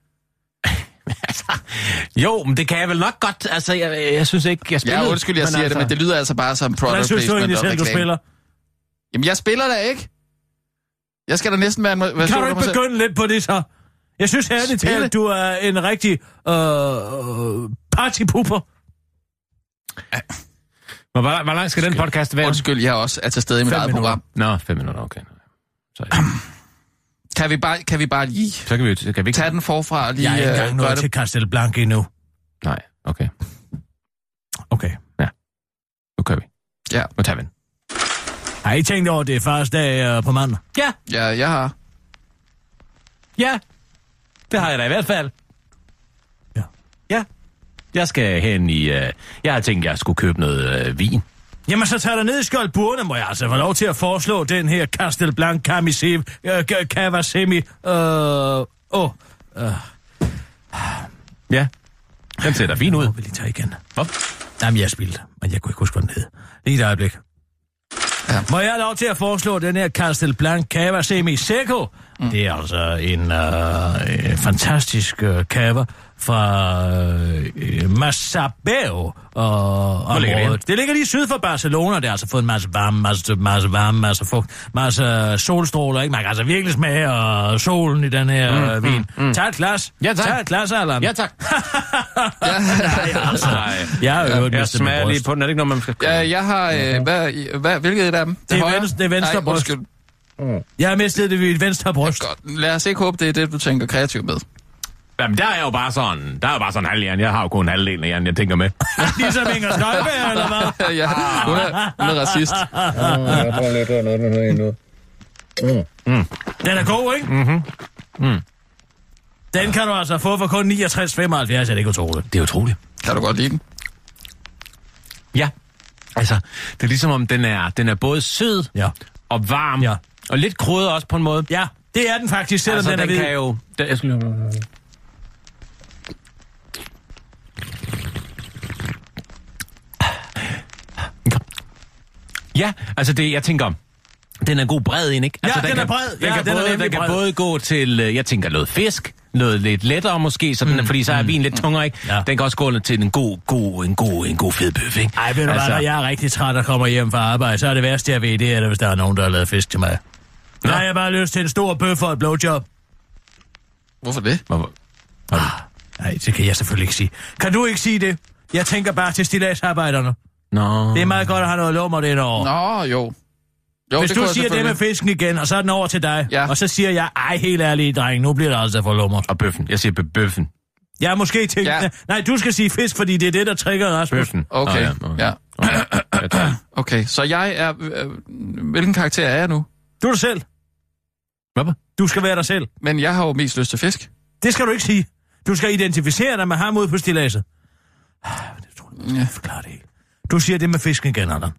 Jo, men det kan jeg vel nok godt. Altså, jeg synes ikke, jeg spiller.
Ja, undskyld, jeg siger altså... det, men det lyder altså bare som product placement og reklame. Hvad synes du egentlig selv, du spiller? Jamen, jeg spiller da ikke. Jeg skal da næsten være en version af
mig selv. Kan du ikke begynde lidt på det, så? Jeg synes ærligt talt, at du er en rigtig partypooper.
Hvor langt skal den podcast være?
Undskyld, jeg også er til stede i mit eget program.
Nå, 5 minutter, okay. Så,
Kan vi bare lige
så kan vi
tage den forfra? Lige,
jeg er ikke engang nået til Castelblanc endnu.
Nej, okay.
Okay.
Ja, nu kører vi.
Ja.
Nu tager vi den.
Har I tænkt over, det er første dag på mandag?
Ja.
Ja, jeg har.
Ja, det har jeg da i hvert fald.
Ja.
Ja. Jeg skal hen i... jeg har tænkt, jeg skulle købe noget vin.
Jamen, så tager der ned i Skjoldburene, må jeg altså få lov til at foreslå den her Castelblanc Cavassemi.
Ja, den ser da fin ud.
Jeg vil lige tage igen.
Hvad?
Jamen, jeg spildte, men jeg kunne ikke huske, hvad den hed. Lige et øjeblik. Ja. Må jeg have lov til at foreslå den her Castelblanc Cavassemi Secco? Det er altså en fantastisk cava, Masabeo området. Det ligger lige syd for Barcelona. Det har altså fået en masse varme, masse fugt, masse solstråler. Ikke? Man kan altså virkelig smage solen i den her vin. Tag et glas.
Ja, tak.
Tag et glas, Allan.
Ja, tak.
Jeg
smager lige på den. Er det ikke noget, man skal...
Jeg har... hvilket af dem?
Det er venstre bryst. Jeg har mistet det ved et venstre bryst.
Godt. Lad os ikke håbe, det er det, du tænker kreativt med.
Jamen, der er jo bare sådan halvjern. Jeg har jo kun halvdelen af hjernen, jeg tænker med.
Ligesom Inger Støjberg, eller hvad?
Ja, hun er racist.
Den er god, ikke? Den kan du altså få for kun 69,75. Er det ikke utroligt?
Det er utroligt.
Kan du godt lide den?
Ja. Altså, det er ligesom om, den er både sød og varm. Ja. Og lidt krydret også på en måde.
Ja, det er den faktisk, selvom altså, den er hvid.
Kan jo... Ja, altså det, jeg tænker, den er god bred ind, ikke? Altså,
den er bred.
Den kan både gå til, jeg tænker, noget fisk, noget lidt lettere måske, sådan, fordi så er vin lidt tungere, ikke? Ja. Den kan også gå til en god fed bøf, ikke?
Ej, ved du hvad, når jeg er rigtig træt og kommer hjem fra arbejde, så er det værste, jeg ved, det er, hvis der er nogen, der har lavet fisk til mig. Ja. Nej, jeg har bare lyst til en stor bøf og et blowjob.
Hvorfor det?
Nej, det kan jeg selvfølgelig ikke sige. Kan du ikke sige det? Jeg tænker bare til stilladsarbejderne.
Nå.
Det er meget godt at have noget lummer det over.
Nå, jo.
Hvis du siger det med fisken igen, og så er den over til dig, og så siger jeg, helt ærligt, dreng, nu bliver det altså for lummer.
Og bøffen. Jeg siger bøffen.
Jeg måske tænkt, nej, du skal sige fisk, fordi det er det, der trigger Rasmus.
Bøffen.
Okay, Okay, så jeg er... hvilken karakter er jeg nu?
Du er dig selv.
Hvad?
Du skal være dig selv.
Men jeg har jo mest lyst til fisk.
Det skal du ikke sige. Du skal identificere dig med ham ude på stilladset. Det tror jeg, forklare det helt. Du siger det med fisken igen, Allan.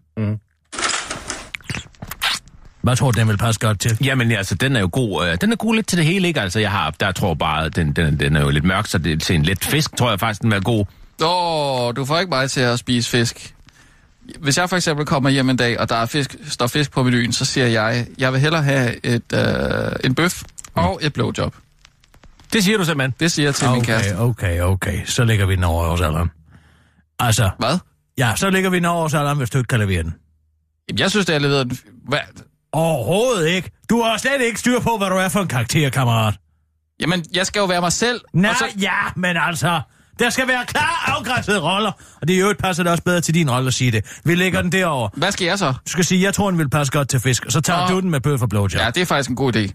Hvad tror du, den vil passe godt til?
Jamen altså, den er jo god. Den er god lidt til det hele, ikke? Altså, der tror bare, den er jo lidt mørk, så det er til en let fisk, tror jeg faktisk, den er god.
Du får ikke mig til at spise fisk. Hvis jeg for eksempel kommer hjem en dag, og der står fisk på menuen, så siger jeg vil hellere have en bøf og et blowjob.
Det siger du simpelthen?
Det siger jeg til min kæreste.
Okay. Så lægger vi den over hos Allan. Altså...
Hvad?
Ja, så lægger vi den over hos Allan, hvis du ikke kan levere den.
Jamen, jeg synes, det er leveret den... Hvad?
Overhovedet ikke. Du har slet ikke styr på, hvad du er for en karakter, kammerat.
Jamen, jeg skal jo være mig selv.
Nej, men altså... Der skal være klar afgrænsede roller. Og det i øvrigt passer det også bedre til din rolle at sige det. Vi lægger den derover.
Hvad skal jeg så?
Du skal sige, jeg tror, den vil passe godt til fisk. Og så tager du den med bøf og blowjob.
Ja, det er faktisk en god idé.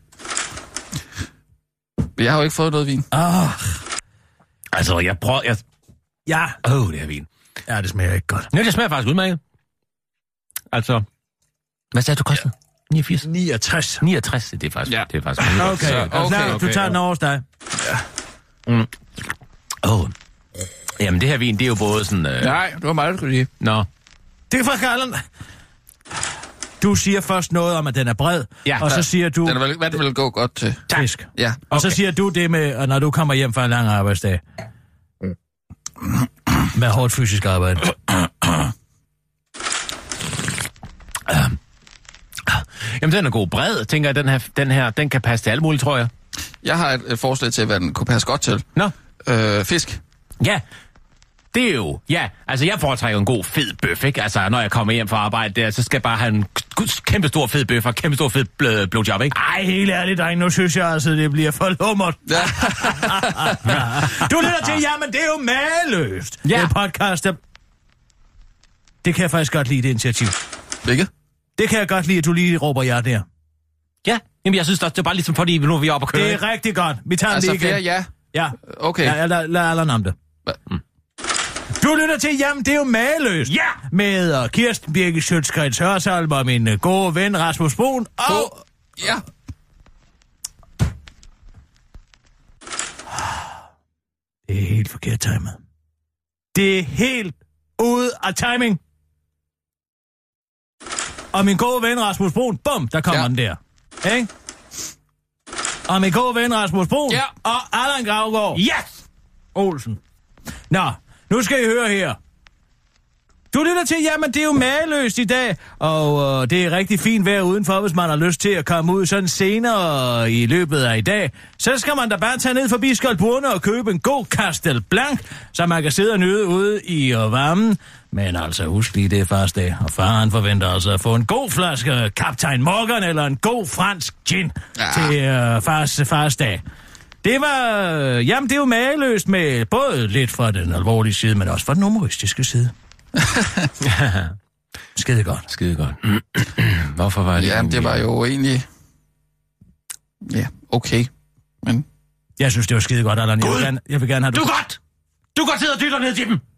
Jeg har jo ikke fået noget vin.
Altså, jeg prøver...
Ja.
Det er vin.
Ja, det smager ikke godt.
Nej, det smager faktisk udmærket. Altså... Hvad sagde du, Christian? 89?
69.
69, det er faktisk...
Ja.
Det er faktisk
okay. Du tager den over hos dig.
Ja. Jamen, det her vin, det er jo både sådan...
Nej, det var meget, du skulle sige.
Nå.
Det er fra Karlen. Du siger først noget om, at den er bred, og så siger du...
Hvad det vil gå godt til?
Fisk.
Ja.
Okay. Og så siger du det med, når du kommer hjem fra en lang arbejdsdag. Med hårdt fysisk arbejde.
Jamen, den er god bred, tænker jeg. Den kan passe til alt muligt, tror jeg.
Jeg har et forslag til, hvad den kunne passe godt til.
Nå.
Fisk.
Ja. Det er jo... Ja, altså jeg foretrækker en god fed bøf, ikke? Altså, når jeg kommer hjem fra arbejde der, så skal jeg bare have en kæmpe stor fed bøf og en kæmpe stor fed blowjob, ikke?
Ej, helt ærligt, dreng. Nu synes jeg altså, det bliver for lummert. Ja. Du lytter til, jamen det er jo maløst. Ja. Det er podcast, der... Det kan jeg faktisk godt lide, det initiativ.
Hvilket?
Det kan jeg godt lide, at du lige råber jer der.
Ja, jamen jeg synes også, det er bare ligesom fordi, nu er vi oppe og køre.
Det er rigtig godt. Vi tager
altså,
den lige igen.
Ja.
Ja.
Okay.
Ja, lad Allan om det. Du lytter til, jamen det er jo maløst. Ja! Med Kirsten Birgit Schøtz-Krets Hørsholm og min gode ven Rasmus Brun og...
Ja.
Det er helt forkert timet. Det er helt ude af timing. Og min gode ven Rasmus Brun, bum, der kommer den der. Ikke? Og min gode ven Rasmus Brun og Allan Gravgaard.
Yes!
Olsen. Nå, nu skal I høre her. Du lytter til, jamen det er jo mageløst i dag, og det er rigtig fint vejr udenfor, hvis man har lyst til at komme ud sådan senere i løbet af i dag. Så skal man da bare tage ned forbi Skolburne og købe en god Castel Blanc, så man kan sidde og nyde ude i varmen. Men altså husk lige, det er farsdag, og faren forventer altså at få en god flaske Kaptajn Morgan eller en god fransk gin til farsdag. Det var, jamen det er jo mageløst med både lidt fra den alvorlige side, men også fra den humoristiske side. Skide godt.
Skide godt. Hvorfor var det?
Jamen det var jo egentlig, ja, okay, men...
Jeg synes, det var skide godt, Allan. Jeg vil gerne have...
Du er godt! Du går til og dytter ned til dem!